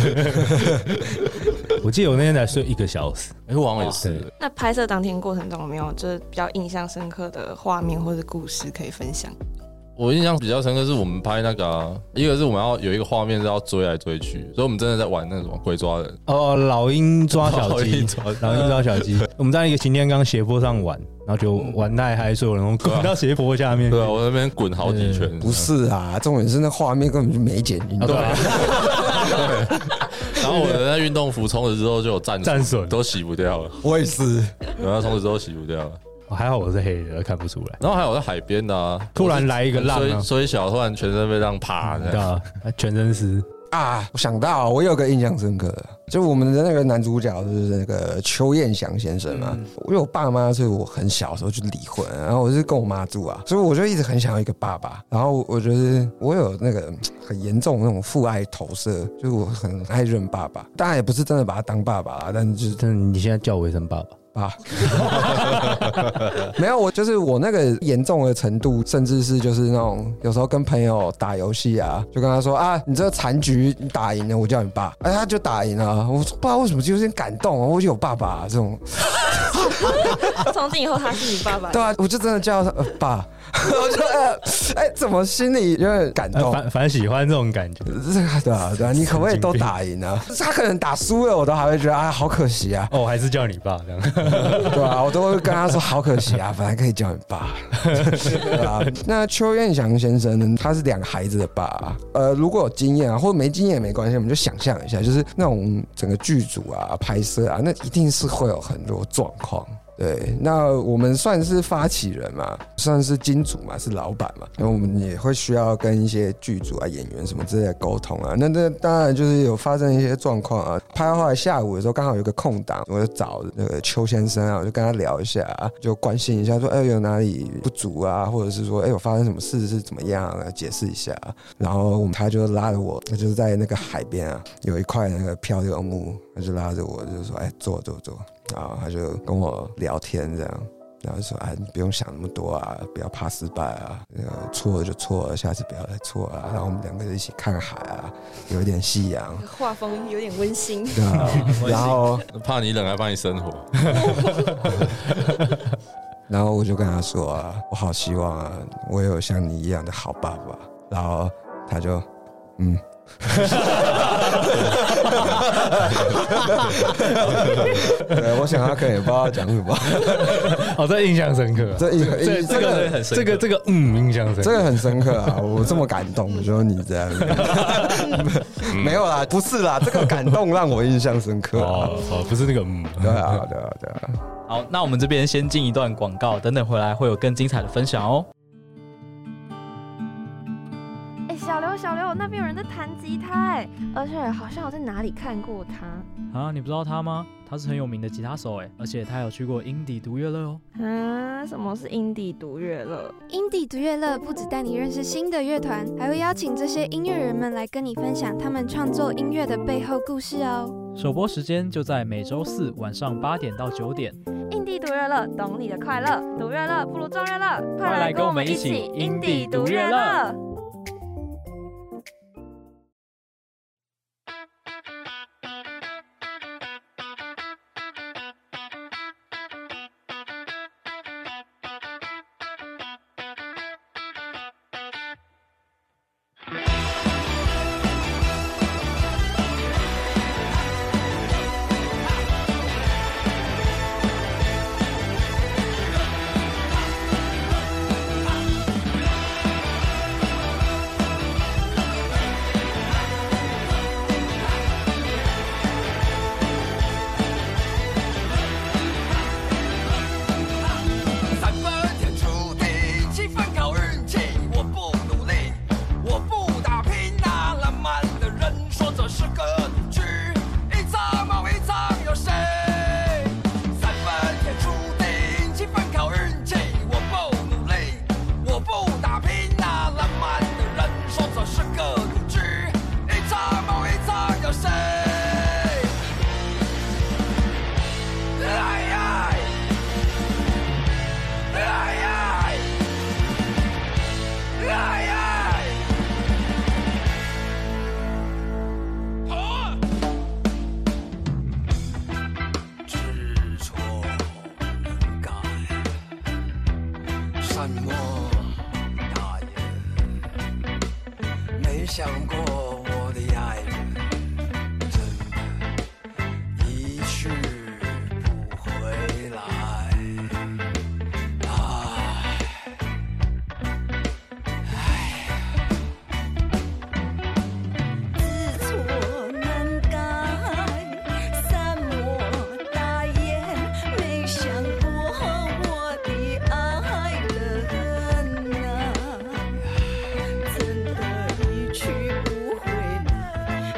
我记得我那天才睡1个小时。 我好像也是。 那拍摄当天过程中有没有就是比较印象深刻的画面或者故事可以分享？ 我印象比较深刻是我们拍那个一个是我们要有一然面是要追来追去，所以我们真的在玩那种鬼抓人。 老鹰抓小鸡，老鹰抓小鸡。我们在一个擎天岗斜坡上玩，然后就玩太嗨，所有人都滚到斜坡下面。 对啊，我那边滚好几圈。 不是啊，重点是那画面根本就没剪进去。 对。然后我的那运动服冲了之后就有战损，都洗不掉了。 我也是， 然后冲了之后洗不掉了。 还好我是黑的，看不出来。 然后还有在海边的啊， 突然来一个浪， 所以小突然全身被浪趴的， 全身湿啊！我想到，我有个印象深刻的，就我们的那个男主角就是那个邱彦祥先生嘛。因为我爸妈，所以我很小的时候就离婚，然后我是跟我妈住啊，所以我就一直很想要一个爸爸。然后我觉得我有那个很严重的那种父爱投射，就是我很爱认爸爸，当然也不是真的把他当爸爸啦，但是就是你现在叫我一声爸爸。 爸。没有，我就是我那个严重的程度，甚至是就是那种有时候跟朋友打游戏啊，就跟他说啊，你这个残局你打赢了，我叫你爸，哎，他就打赢了。我说不知道为什么就有点感动啊，我有爸爸这种。 从今以后他是你爸爸。 对啊，我就真的叫他爸。我就怎么心里有点感动， 反正喜欢这种感觉。 对啊，你可不可以都打赢啊？他可能打输了，我都还会觉得好可惜啊。 哦，还是叫你爸这样。 对啊，我都会跟他说好可惜啊，本来可以叫你爸。对啊，那邱彦祥先生呢，他是2个孩子的爸。如果有经验啊，或者没经验也没关系，我们就想象一下，就是那种整个剧组啊、拍摄啊，那一定是会有很多状况。对，那我们算是发起人嘛，算是金主嘛，是老板嘛，那我们也会需要跟一些剧组啊、演员什么之类的沟通啊。那当然就是有发生一些状况啊。拍到后来下午的时候，刚好有个空档，我就找那个邱先生啊，我就跟他聊一下啊，就关心一下说，有哪里不足啊，或者是说，有发生什么事是怎么样啊，解释一下。然后他就拉着我，他就是在那个海边啊，有一块那个漂流木，他就拉着我，就说，坐。然后他就跟我聊天这样，然后说你不用想那么多啊，不要怕失败啊，错了就错了，下次不要再错了。然后我们2个一起看海啊，有一点夕阳， 画风有点温馨。 对啊，然后怕你冷还帮你生火。 然后我就跟他说啊，我好希望啊，我有像你一样的好爸爸。然后他就对，我想他可能也不知道讲什么。 这印象深刻。 这个很深刻。 这个印象深刻。 这个很深刻啊！我这么感动，我说你这样，没有啦，不是啦，这个感动让我印象深刻。 不是那个对啊。 好，那我们这边先进一段广告，等等回来会有更精彩的分享哦。 小刘，那边有人在弹吉他而且好像我在哪里看过他啊？你不知道他吗？他是很有名的吉他手而且他有去过英迪独乐乐哦。 什么是英迪独乐乐？ 英迪独乐乐不只带你认识新的乐团，还会邀请这些音乐人们来跟你分享他们创作音乐的背后故事哦。 首播时间就在每周4晚上8点到9点。 英迪独乐乐，懂你的快乐，独乐乐不如众乐乐， 快来跟我们一起英迪独乐乐。 想过我的爱人真的一去不回来。 知错难改，善莫大焉。没想过我的爱人啊，真的一去不回来。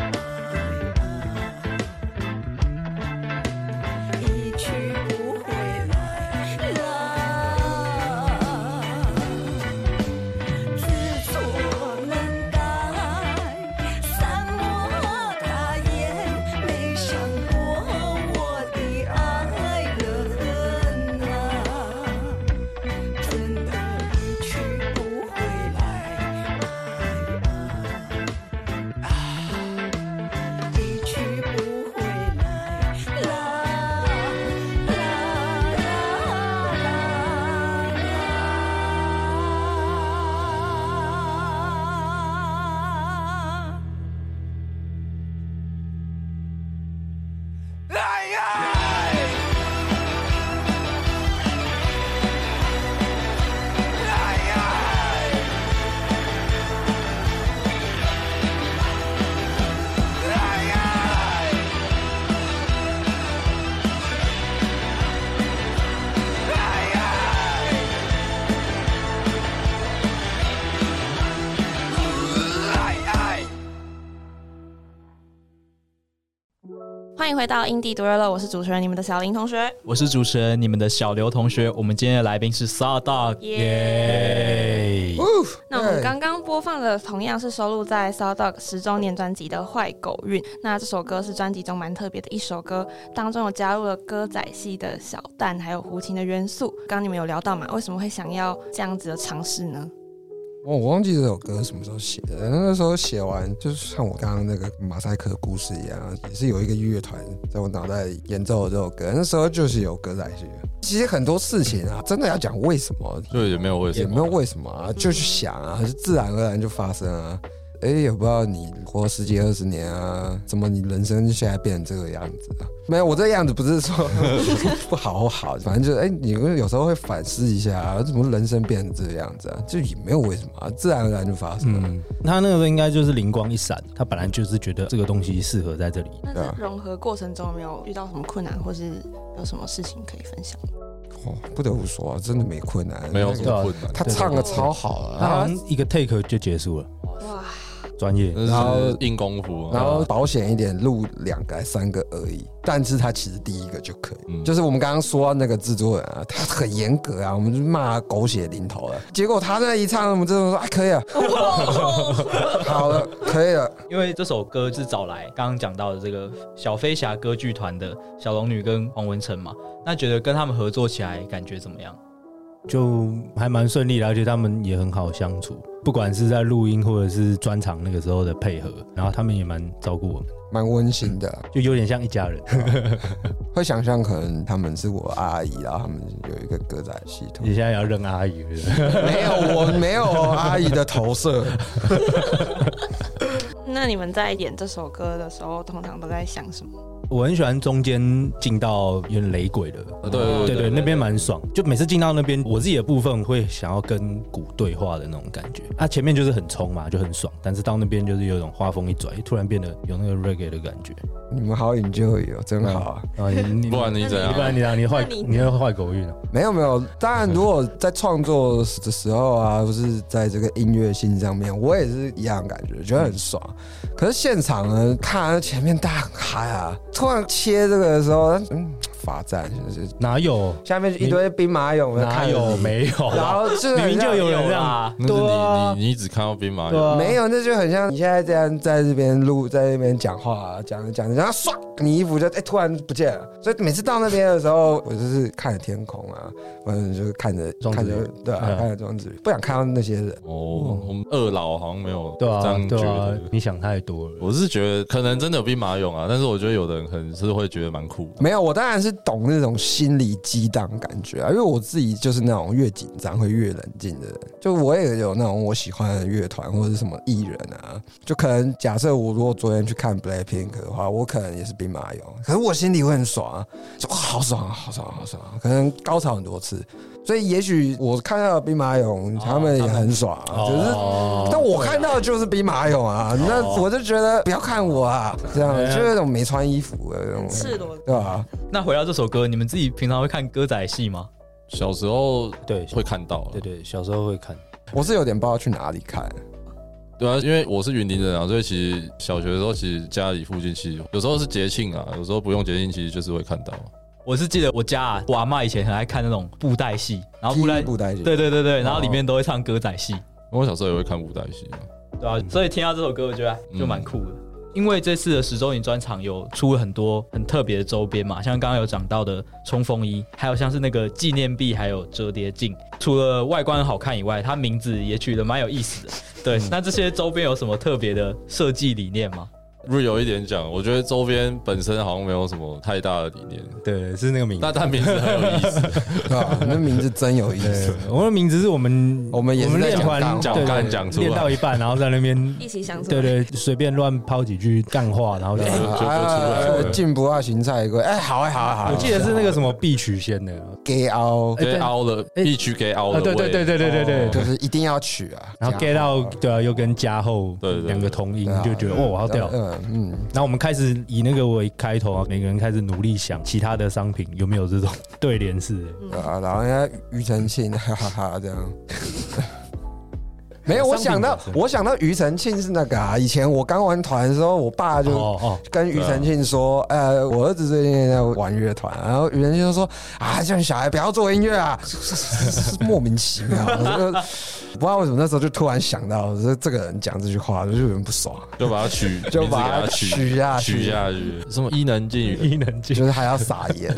欢迎回到因地独乐乐，我是主持人你们的小林同学， 我是主持人你们的小刘同学。我们今天的来宾是 SAWDOG， 耶！ 那我们刚刚播放的同样是收录在 SAWDOG 10周年专辑的《坏狗运》。那这首歌是专辑中蛮特别的一首歌，当中有加入了歌仔戏的小旦还有胡琴的元素。刚刚你们有聊到嘛，为什么会想要这样子的尝试呢？ 我忘记这首歌什么时候写的，那时候写完就是像我刚刚那个马赛克故事一样，也是有一个乐团在我脑袋里演奏这首歌，那时候就是有歌仔戏。其实很多事情啊，真的要讲为什么， 就也没有为什么， 也没有为什么啊，就去想啊，就自然而然就发生啊。也不知道你活10几20年啊，怎么你人生现在变成这个样子啊？没有，我这个样子不是说不好或好，反正就是你有时候会反思一下啊，怎么人生变成这个样子啊？就也没有为什么啊，自然而然就发生了。 他那个时候应该就是灵光一闪，他本来就是觉得这个东西适合在这里。 那在融合过程中有没有遇到什么困难，或是有什么事情可以分享？ 不得不说，真的没困难， 没有什么困难。 他唱的超好了， 他好像一个 take 就结束了。哇！专业， 然后硬功夫， 然后保险一点录2个还3个而已，但是他其实第1个就可以。就是我们刚刚说到那个制作人啊，他很严格啊，我们就骂他狗血淋头了。结果他那一唱，我们真的说可以了，好了，可以了。 因为这首歌是找来刚刚讲到的这个小飞侠歌剧团的小龙女跟黄文成嘛，那觉得跟他们合作起来感觉怎么样？ 就还蛮顺利的，而且他们也很好相处，不管是在录音或者是专场那个时候的配合，然后他们也蛮照顾我们， 蛮温馨的， 就有点像一家人。 会想象可能他们是我阿姨，然后他们有一个歌仔系统。 你现在要认阿姨？ 没有，我没有阿姨的投射。 那你们在演这首歌的时候，通常都在想什么？ 我很喜欢中间进到有点雷鬼的，对，那边蛮爽。就每次进到那边，我自己的部分会想要跟鼓对话的那种感觉。前面就是很冲嘛，就很爽，但是到那边就是有种画风一转，突然变得有那个 reggae 的感觉。 你们好enjoy哦，真好啊！ 不然你怎样？ 不然你要坏狗运啊？ 没有，当然如果在创作的时候啊，或是在这个音乐性上面，我也是一样的感觉，觉得很爽。可是现场呢，看前面大家很嗨啊，突然切这个的时候，罚站就是哪有？ 下面一堆兵马俑， 哪有？没有？ 然后就明明就有人这样， 对啊，你只看到兵马俑， 没有，那就很像你现在这样在这边录，在那边讲话，讲，然后唰，你衣服就突然不见了。所以每次到那边的时候，我就是看着天空啊，或者就是看着对啊，看着庄子，不想看到那些人。 我们二老好像没有这样觉得， 你想太多了。 我是觉得可能真的有兵马俑啊，但是我觉得有的人可能是会觉得蛮酷的。 没有，我当然是懂那种心理激荡感觉啊，因为我自己就是那种越紧张会越冷静的人。就我也有那种我喜欢的乐团或者是什么艺人啊，就可能假设我如果昨天去看 Blackpink 的话，我可能也是兵马俑，可是我心里会很爽啊，就哇好爽啊，好爽啊，好爽啊，可能高潮很多次。所以也许我看到的兵马俑，他们也很爽啊，只是，但我看到的就是兵马俑啊，那我就觉得不要看我啊，这样就是那种没穿衣服的那种赤裸， 对吧？ 那回到这首歌，你们自己平常会看歌仔戏吗？ 小时候对会看到， 对，小时候会看。 我是有点不知道去哪里看。 对啊，因为我是云林人啊，所以其实小学的时候，其实家里附近其实有时候是节庆啊，有时候不用节庆，其实就是会看到。 我是记得我家我阿嬷以前很爱看那种布袋戏，然后布袋戏， 对，然后里面都会唱歌仔戏。 我小时候也会看布袋戏， 对啊，所以听到这首歌，我觉得就蛮酷的。因为这次的10周年专场有出了很多很特别的周边嘛，像刚刚有讲到的冲锋衣，还有像是那个纪念币，还有折叠镜。除了外观好看以外，它名字也取得蛮有意思的。对，那这些周边有什么特别的设计理念吗 ？real 一点讲，我觉得周边本身好像没有什么太大的理念。 对，是那个名字， 但名字很有意思， 那名字真有意思。 我们的名字是我们练团讲出来， 练到一半，然后在那边一起想出来， 对，随便乱抛几句干话，然后就出来。 进不二行菜龟，好。 我记得是那个什么必取先的 ，get out 的必须 get out 的， 对， 就是一定要取啊。 然后 get out 对啊，又跟加厚两个同音，就觉得我好屌。然后我们开始以那个为开头啊，每个人开始努力想其他的商品有没有这种对联式的， 然后人家庾澄庆哈哈哈这样。 没有，我想到庾澄庆是那个啊，以前我刚玩团的时候，我爸就跟庾澄庆说，我儿子最近在玩乐团，然后庾澄庆就说啊，叫你小孩不要做音乐啊，是莫名其妙，不知道为什么那时候就突然想到，这个人讲这句话就有点不爽， 就把他取下去，什么伊能静， 就是还要撒盐，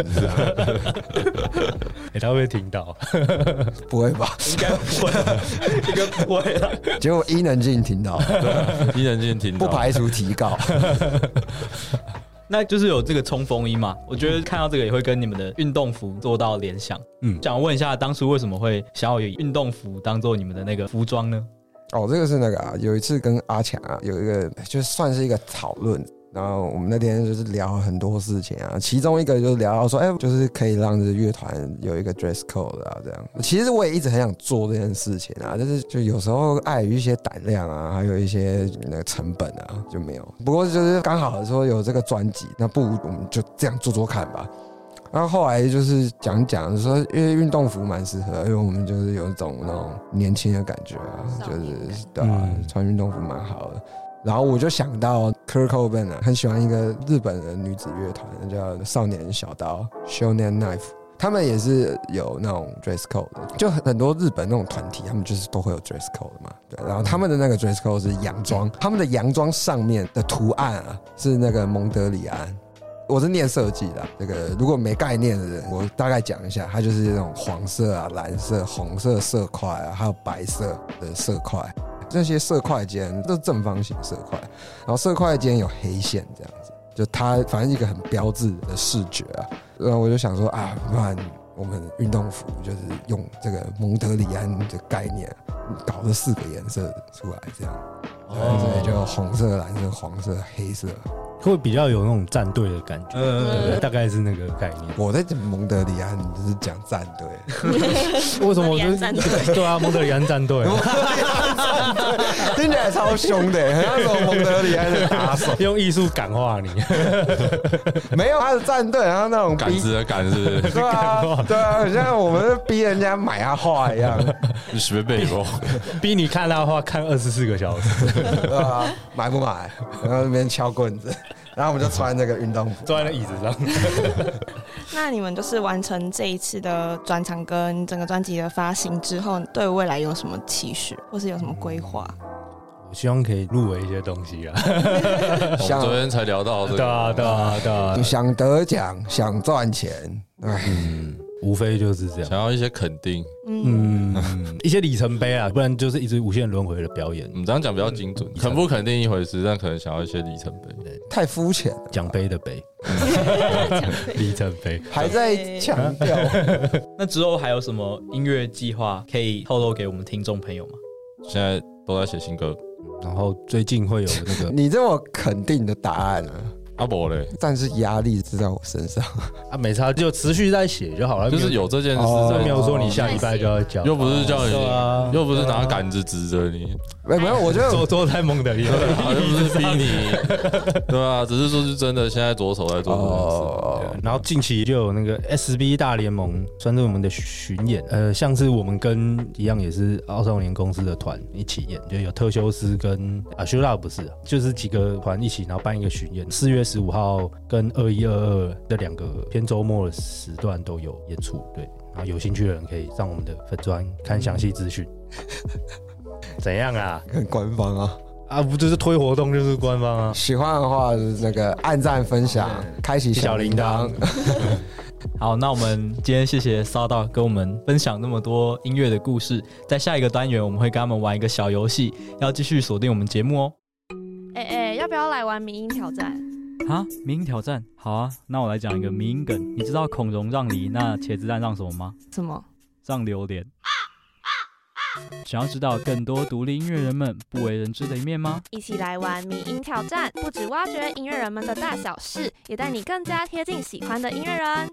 他会不会听到？ 不会吧？ 应该不会，应该不会啦。 结果伊能静听到， 伊能静听到， 不排除提告。 那就是有这个冲锋衣嘛，我觉得看到这个也会跟你们的运动服做到联想。想问一下，当初为什么会想要以运动服当做你们的那个服装呢？ 哦，这个是那个有一次跟阿强有一个，就算是一个讨论。然后我们那天就是聊很多事情啊，其中一个就是聊到说，就是可以让这乐团有一个 dress code 啊，这样。其实我也一直很想做这件事情啊，但是就有时候碍于一些胆量啊，还有一些那个成本啊，就没有。不过就是刚好说有这个专辑，那不如我们就这样做看吧。然后后来就是讲说，因为运动服蛮适合，因为我们就是有一种那种年轻的感觉啊，就是对啊，穿运动服蛮好的。然后我就想到 Kurt Cobain 很喜欢一个日本的女子乐团，叫少年小刀 Shonen Knife， 他们也是有那种 dress code 的，就很多日本那种团体，他们就是都会有 dress code 的嘛。对，然后他们的那个 dress code 是洋装，他们的洋装上面的图案是那个蒙德里安。我是念设计的，这个如果没概念的人，我大概讲一下，它就是那种黄色啊、蓝色、红色色块啊，还有白色的色块。这些色块间都是正方形色块，然后色块间有黑线，这样子，就它反正一个很标志的视觉啊。然后我就想说啊，不然我们运动服就是用这个蒙德里安的概念，搞这4个颜色出来，这样，所以就红色、蓝色、黄色、黑色。 会比较有那种战队的感觉，大概是那个概念。 我在讲蒙德里安，你就是讲战队。 为什么我就对啊，蒙德里安战队， 听起来超凶的，很像那种蒙德里安的打手， 用艺术感化你。 没有他的战队，然后那种杆子的杆是不是？ 对啊，对啊，很像我们逼人家买他画一样， 学背不？ 逼你看他画看24个小时， 对啊，买不买？然后那边敲棍子。然后我们就穿那个运动服， 坐在那椅子上。 那你们就是完成这一次的专场跟整个专辑的发行之后，对未来有什么期许，或是有什么规划？ 我希望可以入围一些东西啊。 我昨天才聊到这个， 对啊， 想得奖，想赚钱， 无非就是这样， 想要一些肯定， 一些里程碑啊，不然就是一直无限轮回的表演。 这样讲比较精准，肯不肯定一回事，但可能想要一些里程碑， 太肤浅了。 奖杯的杯，里程碑， 还在强调。 那之后还有什么音乐计划可以透露给我们听众朋友吗？ 现在都在写新歌， 然后最近会有那个， 你这么肯定的答案呢？ 阿伯嘞， 但是压力是在我身上啊，没差，就持续在写就好了。 就是有这件事， 没有说你下礼拜就要交， 又不是叫你，又不是拿杆子指着你， 没有，我觉得坐在蒙德里安， 又不是逼你，对啊，只是说是真的，现在着手在做这件事。 然后近期就有那个 SB 大联盟，算是我们的巡演，像是我们跟一样也是奥少年公司的团一起演，就有特修斯跟修拉不是，就是几个团一起，然后办一个巡演，4月15号跟2122这2个偏周末的时段都有演出，对，然后有兴趣的人可以上我们的粉专看详细资讯。怎样啊？ 很官方啊！ 啊，不就是推活动就是官方啊！ 喜欢的话就是那个按赞分享，开启小铃铛。 好，那我们今天谢谢骚到跟我们分享那么多音乐的故事。在下一个单元，我们会跟他们玩一个小游戏，要继续锁定我们节目哦。 要不要来玩迷音挑战？ 啊，迷音挑战，好啊，那我来讲一个迷音梗。你知道孔融让梨，那茄子蛋让什么吗？ 什么？ 让榴莲。想要知道更多独立音乐人们不为人知的一面吗？ 一起来玩迷音挑战，不只挖掘音乐人们的大小事，也带你更加贴近喜欢的音乐人。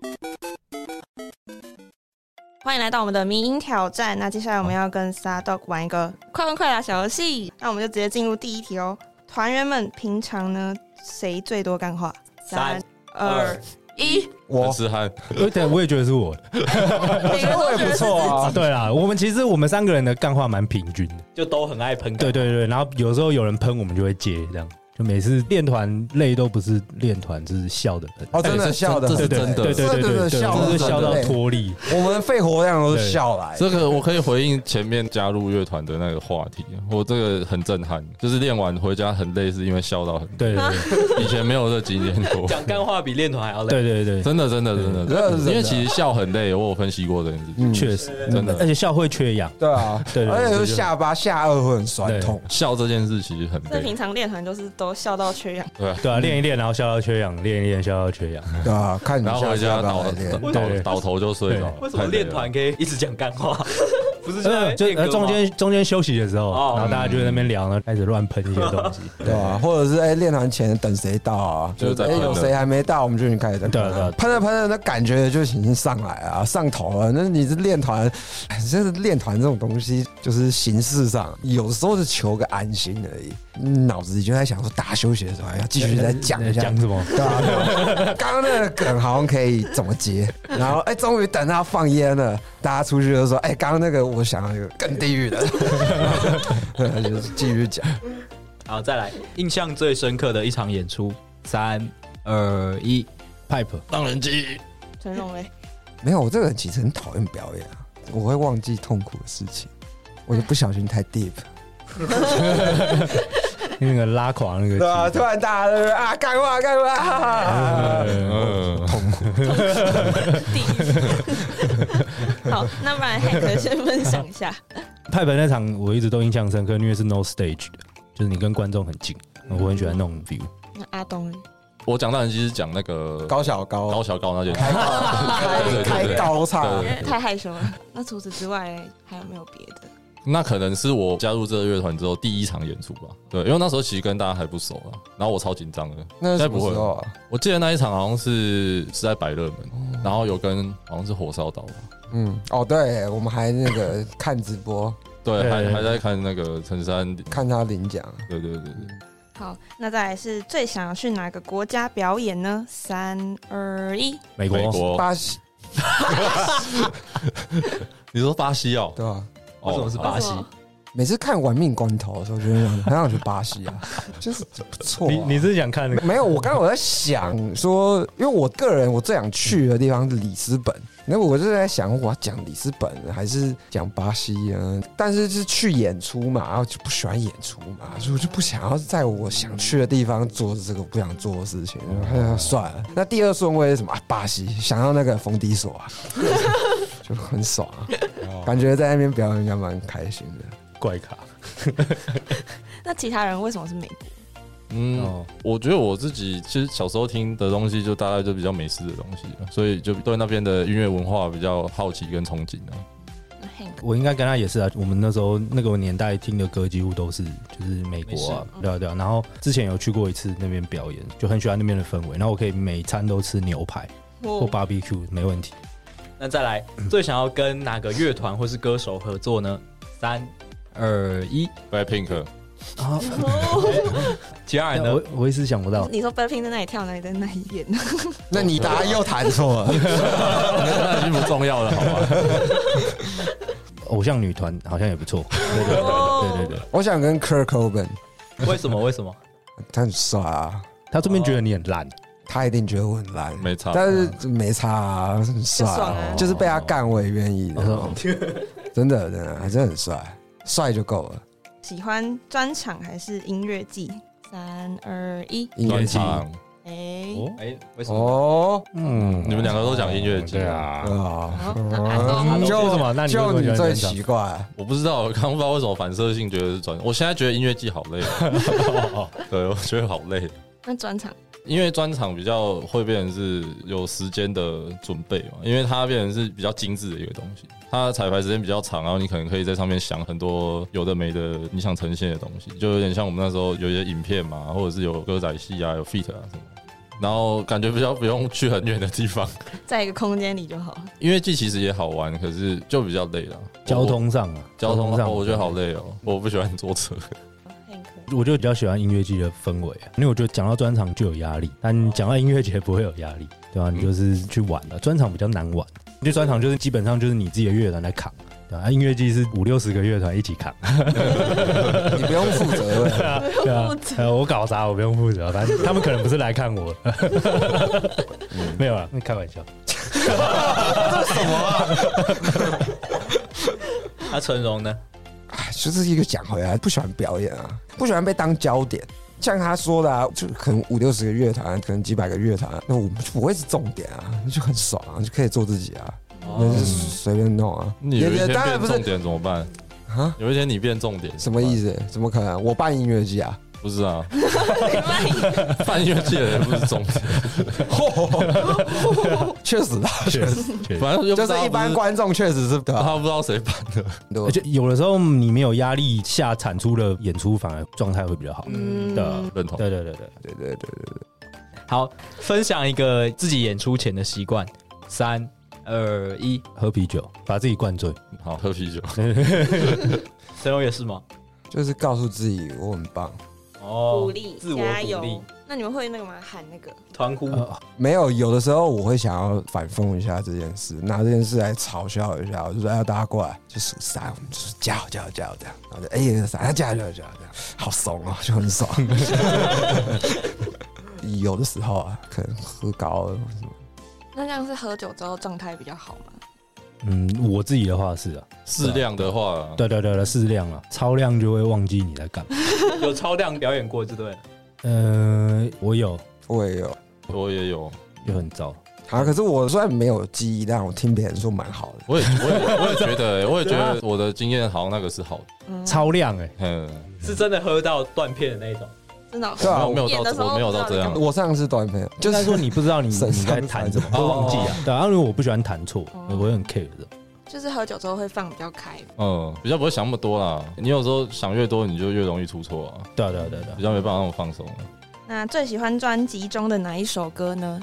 欢迎来到我们的迷音挑战。那接下来我们要跟 Stardog 玩一个快问快答小游戏。那我们就直接进入第一题哦。团员们平常呢，谁最多干话？3、2、1， 1， 我很痴汉， 对，我也觉得是我。 每个人都觉得是啊，对啦，我们其实我们3个人的干话蛮平均的， 就都很爱喷。 对对对，然后有时候有人喷，我们就会接这样。就每次练团累都不是练团，是笑的喷。 哦，真的笑的， 这是真的， 对对对对，就是笑到脱力。 我们肺活量都是笑来。 这个我可以回应前面加入乐团的那个话题，我这个很震撼，就是练完回家很累，是因为笑到很累。 对对对， 以前没有这经验过。 讲干话比练团还要累。 对对对， 真的，因为其实笑很累，我有分析过这件事情， 确实真的， 而且笑会缺氧。 对啊， 对， 而且就是下巴下颚会很酸痛。 笑这件事其实很累。 所以平常练团就是都笑到缺氧。 对啊，练一练，然后笑到缺氧，练一练，笑到缺氧。 对啊，看你然后回家倒头就睡着。 为什么练团可以一直讲干话？不是就中间休息的时候，然后大家就在那边聊，然后开始乱喷一些东西， 对啊，或者是练团前等谁到啊，就是有谁还没到，我们就已经开始在喷着，那感觉就已经上来啊，上头了。那你是练团，真是练团这种东西，就是形式上有时候是求个安心而已。脑子里就在想说，大家休息的时候要继续再讲一下讲什么？ 对啊，刚刚那个梗好像可以怎么接，然后终于等到放烟了，大家出去就说，刚刚那个我想要一个更地狱的，就是继续讲。 好，再来，印象最深刻的一场演出，3、2、1 ，Pipe 让人记。 陈荣嘞， 没有，我这个人其实很讨厌表演啊，我会忘记痛苦的事情，我就不小心太 deep。 那个拉垮那个， 对啊，突然大家都啊，干嘛，痛苦。 好，那不然Hank先分享一下。 派本那场我一直都印象深刻，因为是 no stage 的，就是你跟观众很近，我很喜欢那种 view。 那阿东呢？ 我讲当然其实讲那个高小高那件开高唱， 太害羞了。那除此之外还有没有别的？ 那可能是我加入这个乐团之后第一场演出吧。对，因为那时候其实跟大家还不熟啊，然后我超紧张的。 那是什么时候啊？ 我记得那一场好像是在百乐门，然后有跟好像是火烧岛吧。 对，我们还那个看直播， 对，还在看那个陈珊看他领奖。对。 好，那再来是最想要去哪个国家表演呢？3、2、1， 美国、 巴西。 你说巴西哦？ 对啊。 为什么是巴西？ 每次看《玩命关头》的时候，觉得很想去巴西啊，就是不错。 你是想看那个？ 没有，我刚刚我在想说，因为我个人我最想去的地方是里斯本，那我就在想我要讲里斯本还是讲巴西啊？但是是去演出嘛，然后就不喜欢演出嘛，所以我就不想要在我想去的地方做这个不想做的事情，算了。那第2顺位是什么？巴西，想要那个冯迪索啊，就很爽啊，感觉在那边表演应该蛮开心的。 怪咖。 那其他人为什么是美国？ 我觉得我自己其实小时候听的东西就大概就比较美式的东西，所以就对那边的音乐文化比较好奇跟憧憬啊。 我应该跟他也是啊，我们那时候那个年代听的歌几乎都是就是美国啊，对啊。然后之前有去过一次那边表演，就很喜欢那边的氛围，然后我可以每餐都吃牛排或 barbecue 没问题。 那再来，最想要跟哪个乐团或是歌手合作呢？3、2、1 ，Blackpink。 其他人呢？ 我一时想不到。 你说 Blackpink 在那里跳，哪里在那里演？ 那你答案又弹错了， 那已经不重要了，好吗？ 偶像女团好像也不错。对。 我想跟 Kurt Cobain。 为什么？ 他很帅啊。 他这边觉得你很烂。 他一定觉得我很烂， 没差， 但是没差啊，很帅啊，就是被他干我也愿意的，真的很帅就够了。 喜欢专场还是音乐季？3、2、1， 音乐季。 为什么？ 你们2个都讲音乐季啊？ 就什么？那你就你最奇怪， 我不知道，我刚不知道为什么反射性觉得是专，我现在觉得音乐季好累，对，我觉得好累。 那专场？ 因为专场比较会变成是有时间的准备嘛，因为它变成是比较精致的一个东西，它彩排时间比较长，然后你可能可以在上面想很多有的没的你想呈现的东西，就有点像我们那时候有一些影片嘛，或者是有歌仔戏啊，有 feat 啊什么，然后感觉比较不用去很远的地方， 在一个空间里就好了。 音乐季其实也好玩，可是就比较累了， 交通上我觉得好累哦，我不喜欢坐车。 我就比较喜欢音乐季的氛围啊，因为我觉得讲到专场就有压力，但讲到音乐节不会有压力。 对吧？你就是去玩了，专场比较难玩，因为专场就是基本上就是你自己的乐团来扛。音乐季是50-60个乐团一起扛， 你不用负责。 对啊，我搞砸我不用负责，反正他们可能不是来看我，没有啦，开玩笑。 这什么啊？ 那陈荣呢？ 就是一个讲回来，不喜欢表演啊，不喜欢被当焦点。像他说的啊，就可能50-60个乐团，可能几百个乐团，那我们就不会是重点啊，就很爽啊，就可以做自己啊。就是随便弄啊！ 你有一天变重点怎么办？啊？有一天你变重点， 什么意思？怎么可能？我办音乐季啊？ 不是啊，办音乐季的人不是重点。 确实啊，确实， 反正就是一般观众确实是他不知道谁办的， 而且有的时候你没有压力下产出的演出，反而状态会比较好。 认同。 对。 好，分享一个自己演出前的习惯，3、2、1， 喝啤酒，把自己灌醉。 好，喝啤酒。 陈荣也是吗？ 就是告诉自己我很棒， 鼓励， 自我加鼓励油。那你们会那个吗？喊那个团呼？ 没有，有的时候我会想要反讽一下这件事，拿这件事来嘲笑一下，我就说大家过来，就数3，我们就是加油这样，然后就1、2、3，加油这样，好怂哦，就很爽。有的时候啊，可能喝高了什么。 那这样是喝酒之后状态比较好吗？ 我自己的话是啊， 适量的话， 对，适量了，超量就会忘记你在干嘛。 有超量表演过就对了。 我有， 我也有， 我也有， 就很糟。 啊，可是我虽然没有记忆，但我听别人说蛮好的。 我也觉得，我也觉得我的经验好像那个是好的， 超量是真的喝到断片的那种。 真的对啊， 我没有到这样。 我上次断片， 就是说你不知道你在弹什么，会忘记啊。对啊，因为我不喜欢弹错，我会很 care 的。 就是喝酒之后会放比较开， 比较不会想那么多啦。你有时候想越多，你就越容易出错啊。 对， 比较没办法那么放松。 那最喜欢专辑中的哪一首歌呢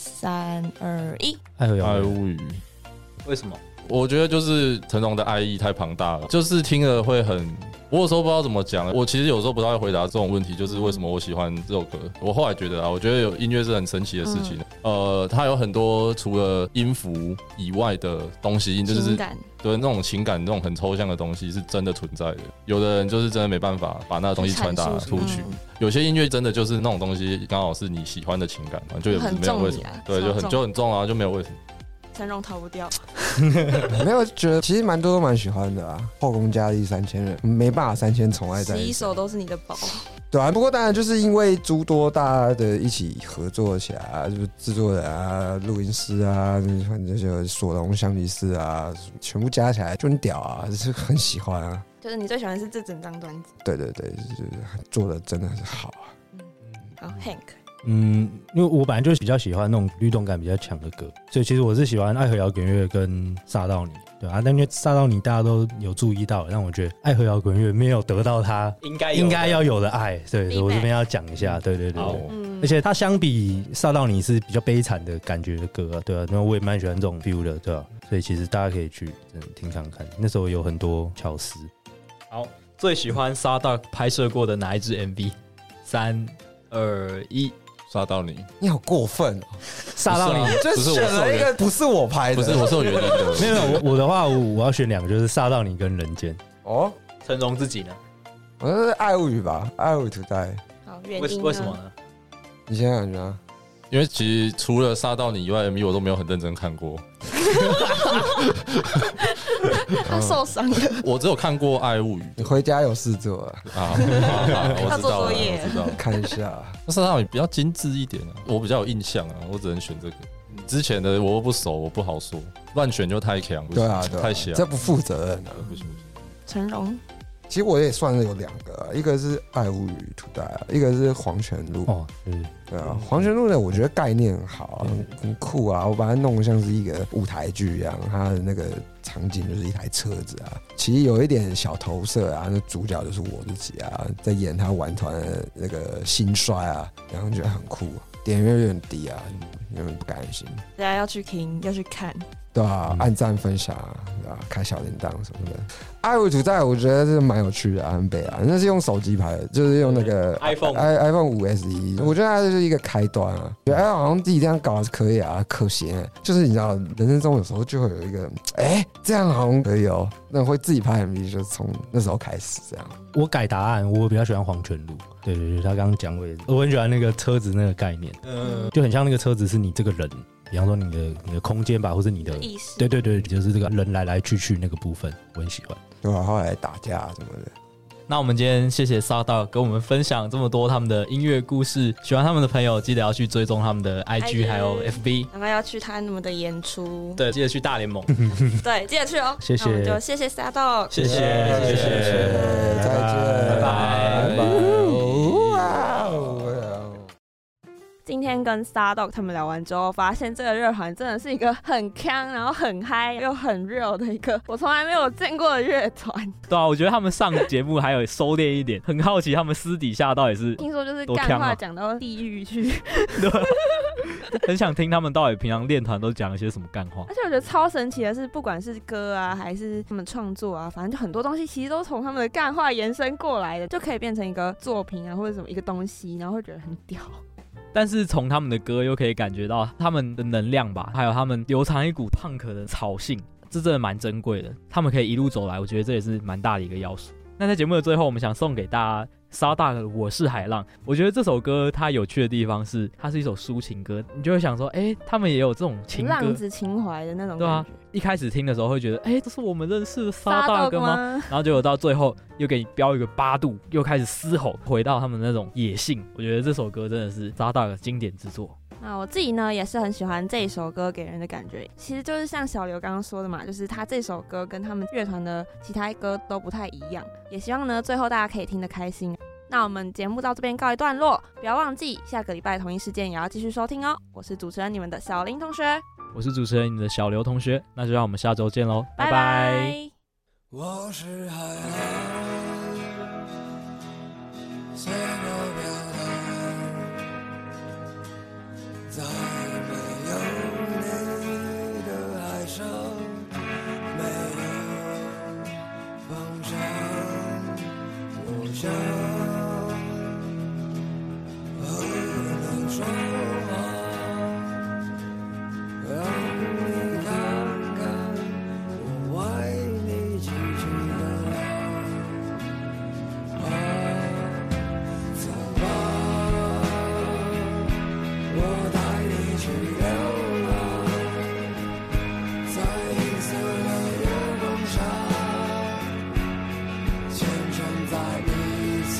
？3、2、1， 爱物语。 为什么？ 我觉得就是陈荣的爱意太庞大了，就是听了会很。我有时候不知道怎么讲，我其实有时候不知道会回答这种问题，就是为什么我喜欢这首歌。我后来觉得啊，我觉得有音乐是很神奇的事情。它有很多除了音符以外的东西，就是对那种情感、那种很抽象的东西是真的存在的。有的人就是真的没办法把那个东西传达出去。有些音乐真的就是那种东西刚好是你喜欢的情感，就也没有为什么，对，就很重啊，就没有为什么。 陈荣逃不掉。 没有觉得其实蛮多都蛮喜欢的啊，后宫佳丽3000人，没办法3000重爱在一起，11 首都是你的宝。 对啊，不过当然就是因为诸多大家的一起合作起来啊，就是制作人啊、录音师啊，反正就索隆香吉士啊，全部加起来就很屌啊，就是很喜欢啊。 就是你最喜欢的是这整张专辑？ 对，就是做的真的是好啊。 好 ，Hank。 因为我本来就比较喜欢那种律动感比较强的歌，所以其实我是喜欢爱河摇滚乐跟萨到你，对啊，但因为萨到你大家都有注意到，让我觉得爱河摇滚乐没有得到它应该要有的爱，对，我这边要讲一下，对，而且它相比萨到你是比较悲惨的感觉的歌啊，对啊，那我也蛮喜欢这种 feel 的，对啊，所以其实大家可以去听看看，那时候有很多巧思。 好，最喜欢萨到拍摄过的哪一支 MV？3、2、1。 杀到你， 你好过分哦！ 杀到你， 就选了一个不是我拍的， 不是我是有原因的。 没有，我的话我要选2个，就是杀到你跟人间。 哦， 陈荣自己呢？ 我是爱物语吧，爱物语to die。 好，原因为什么呢？ 你先讲啊。 因为其实除了杀到你以外的 MV 我都没有很认真看过。 他受伤了。 我只有看过《爱物语》。 你回家有事做啊？ 我知道了， 我知道了。 看一下， 那杀到你比较精致一点啊，我比较有印象啊，我只能选这个。之前的我又不熟，我不好说，乱选就太强， 对啊， 太小， 这不负责任啊， 不行。 陈荣。 其实我也算是有2个，一个是爱物语to die，一个是黄泉路。 哦， 对啊，黄泉路呢，我觉得概念很好，很酷啊，我把它弄得像是一个舞台剧一样，它的那个场景就是一台车子啊，其实有一点小投射啊，那主角就是我自己啊，在演他玩团的那个兴衰啊，然后觉得很酷，点阅率很低啊，有点不甘心。 大家要去听，要去看， 对啊，按赞分享啊，开小铃铛什么的。爱为主在我觉得是蛮有趣的，安倍啊，那是用手机拍的，就是用那个 iPhone 5 SE， 我觉得它就是一个开端啊。觉得好像自己这样搞是可以啊，可行。就是你知道，人生中有时候就会有一个，这样好像可以哦。那会自己拍 MV， 就从那时候开始这样。 我改答案，我比较喜欢黄泉路。对，他刚刚讲我很喜欢那个车子那个概念，就很像那个车子是你这个人。比方说你的空间吧，或是你的意识， 对，就是这个人来来去去那个部分，我很喜欢。 对吧？后来打架什么的。 那我们今天谢谢StarDog跟我们分享这么多他们的音乐故事，喜欢他们的朋友记得要去追踪他们的 IG 还有 FB， 然后要去他们的演出， 对，记得去大联盟， 对，记得去哦。 谢谢， 那我们就谢谢StarDog， 谢谢， 再见， 拜拜。 今天跟 StarDog 他们聊完之后，发现这个乐团真的是一个很鏘，然后很嗨又很 real 的一个我从来没有见过的乐团。 对啊，我觉得他们上节目还有收敛一点，很好奇他们私底下到底是听说就是干话讲到地狱去， 对，很想听他们到底平常练团都讲一些什么干话。 而且我觉得超神奇的是，不管是歌啊，还是他们创作啊，反正就很多东西其实都从他们的干话延伸过来的，就可以变成一个作品啊，或者什么一个东西，然后会觉得很屌。 但是从他们的歌又可以感觉到他们的能量吧，还有他们流传一股punk的草性，这真的蛮珍贵的。他们可以一路走来，我觉得这也是蛮大的一个要素。那在节目的最后，我们想送给大家StarDog的《我是海浪》。我觉得这首歌它有趣的地方是，它是一首抒情歌，你就会想说，他们也有这种情歌， 浪子情怀的那种感觉。 对啊，一开始听的时候会觉得，这是我们认识的StarDog吗？然后结果到最后又给你标一个8度，又开始嘶吼，回到他们那种野性。我觉得这首歌真的是StarDog的经典之作。 那我自己呢也是很喜欢这一首歌给人的感觉，其实就是像小刘刚刚说的嘛，就是他这首歌跟他们乐团的其他歌都不太一样，也希望呢最后大家可以听得开心。那我们节目到这边告一段落，不要忘记下个礼拜同一时间也要继续收听哦。我是主持人你们的小林同学， 我是主持人你们的小刘同学，那就让我们下周见喽，拜拜。 我是海浪，随我飘荡，在没有你的海上，没有方向，我想和你说话，让你看看我为你记起的走吧，我带你去流浪，在银色的月光下，牵绳在彼此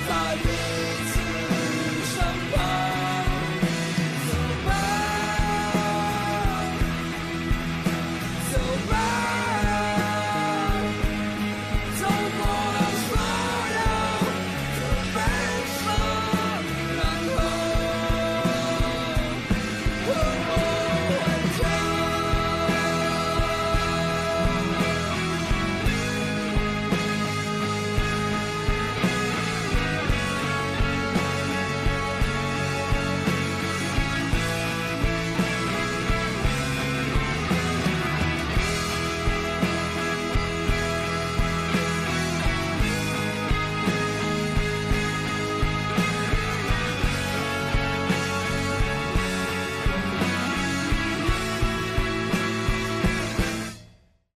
在飞。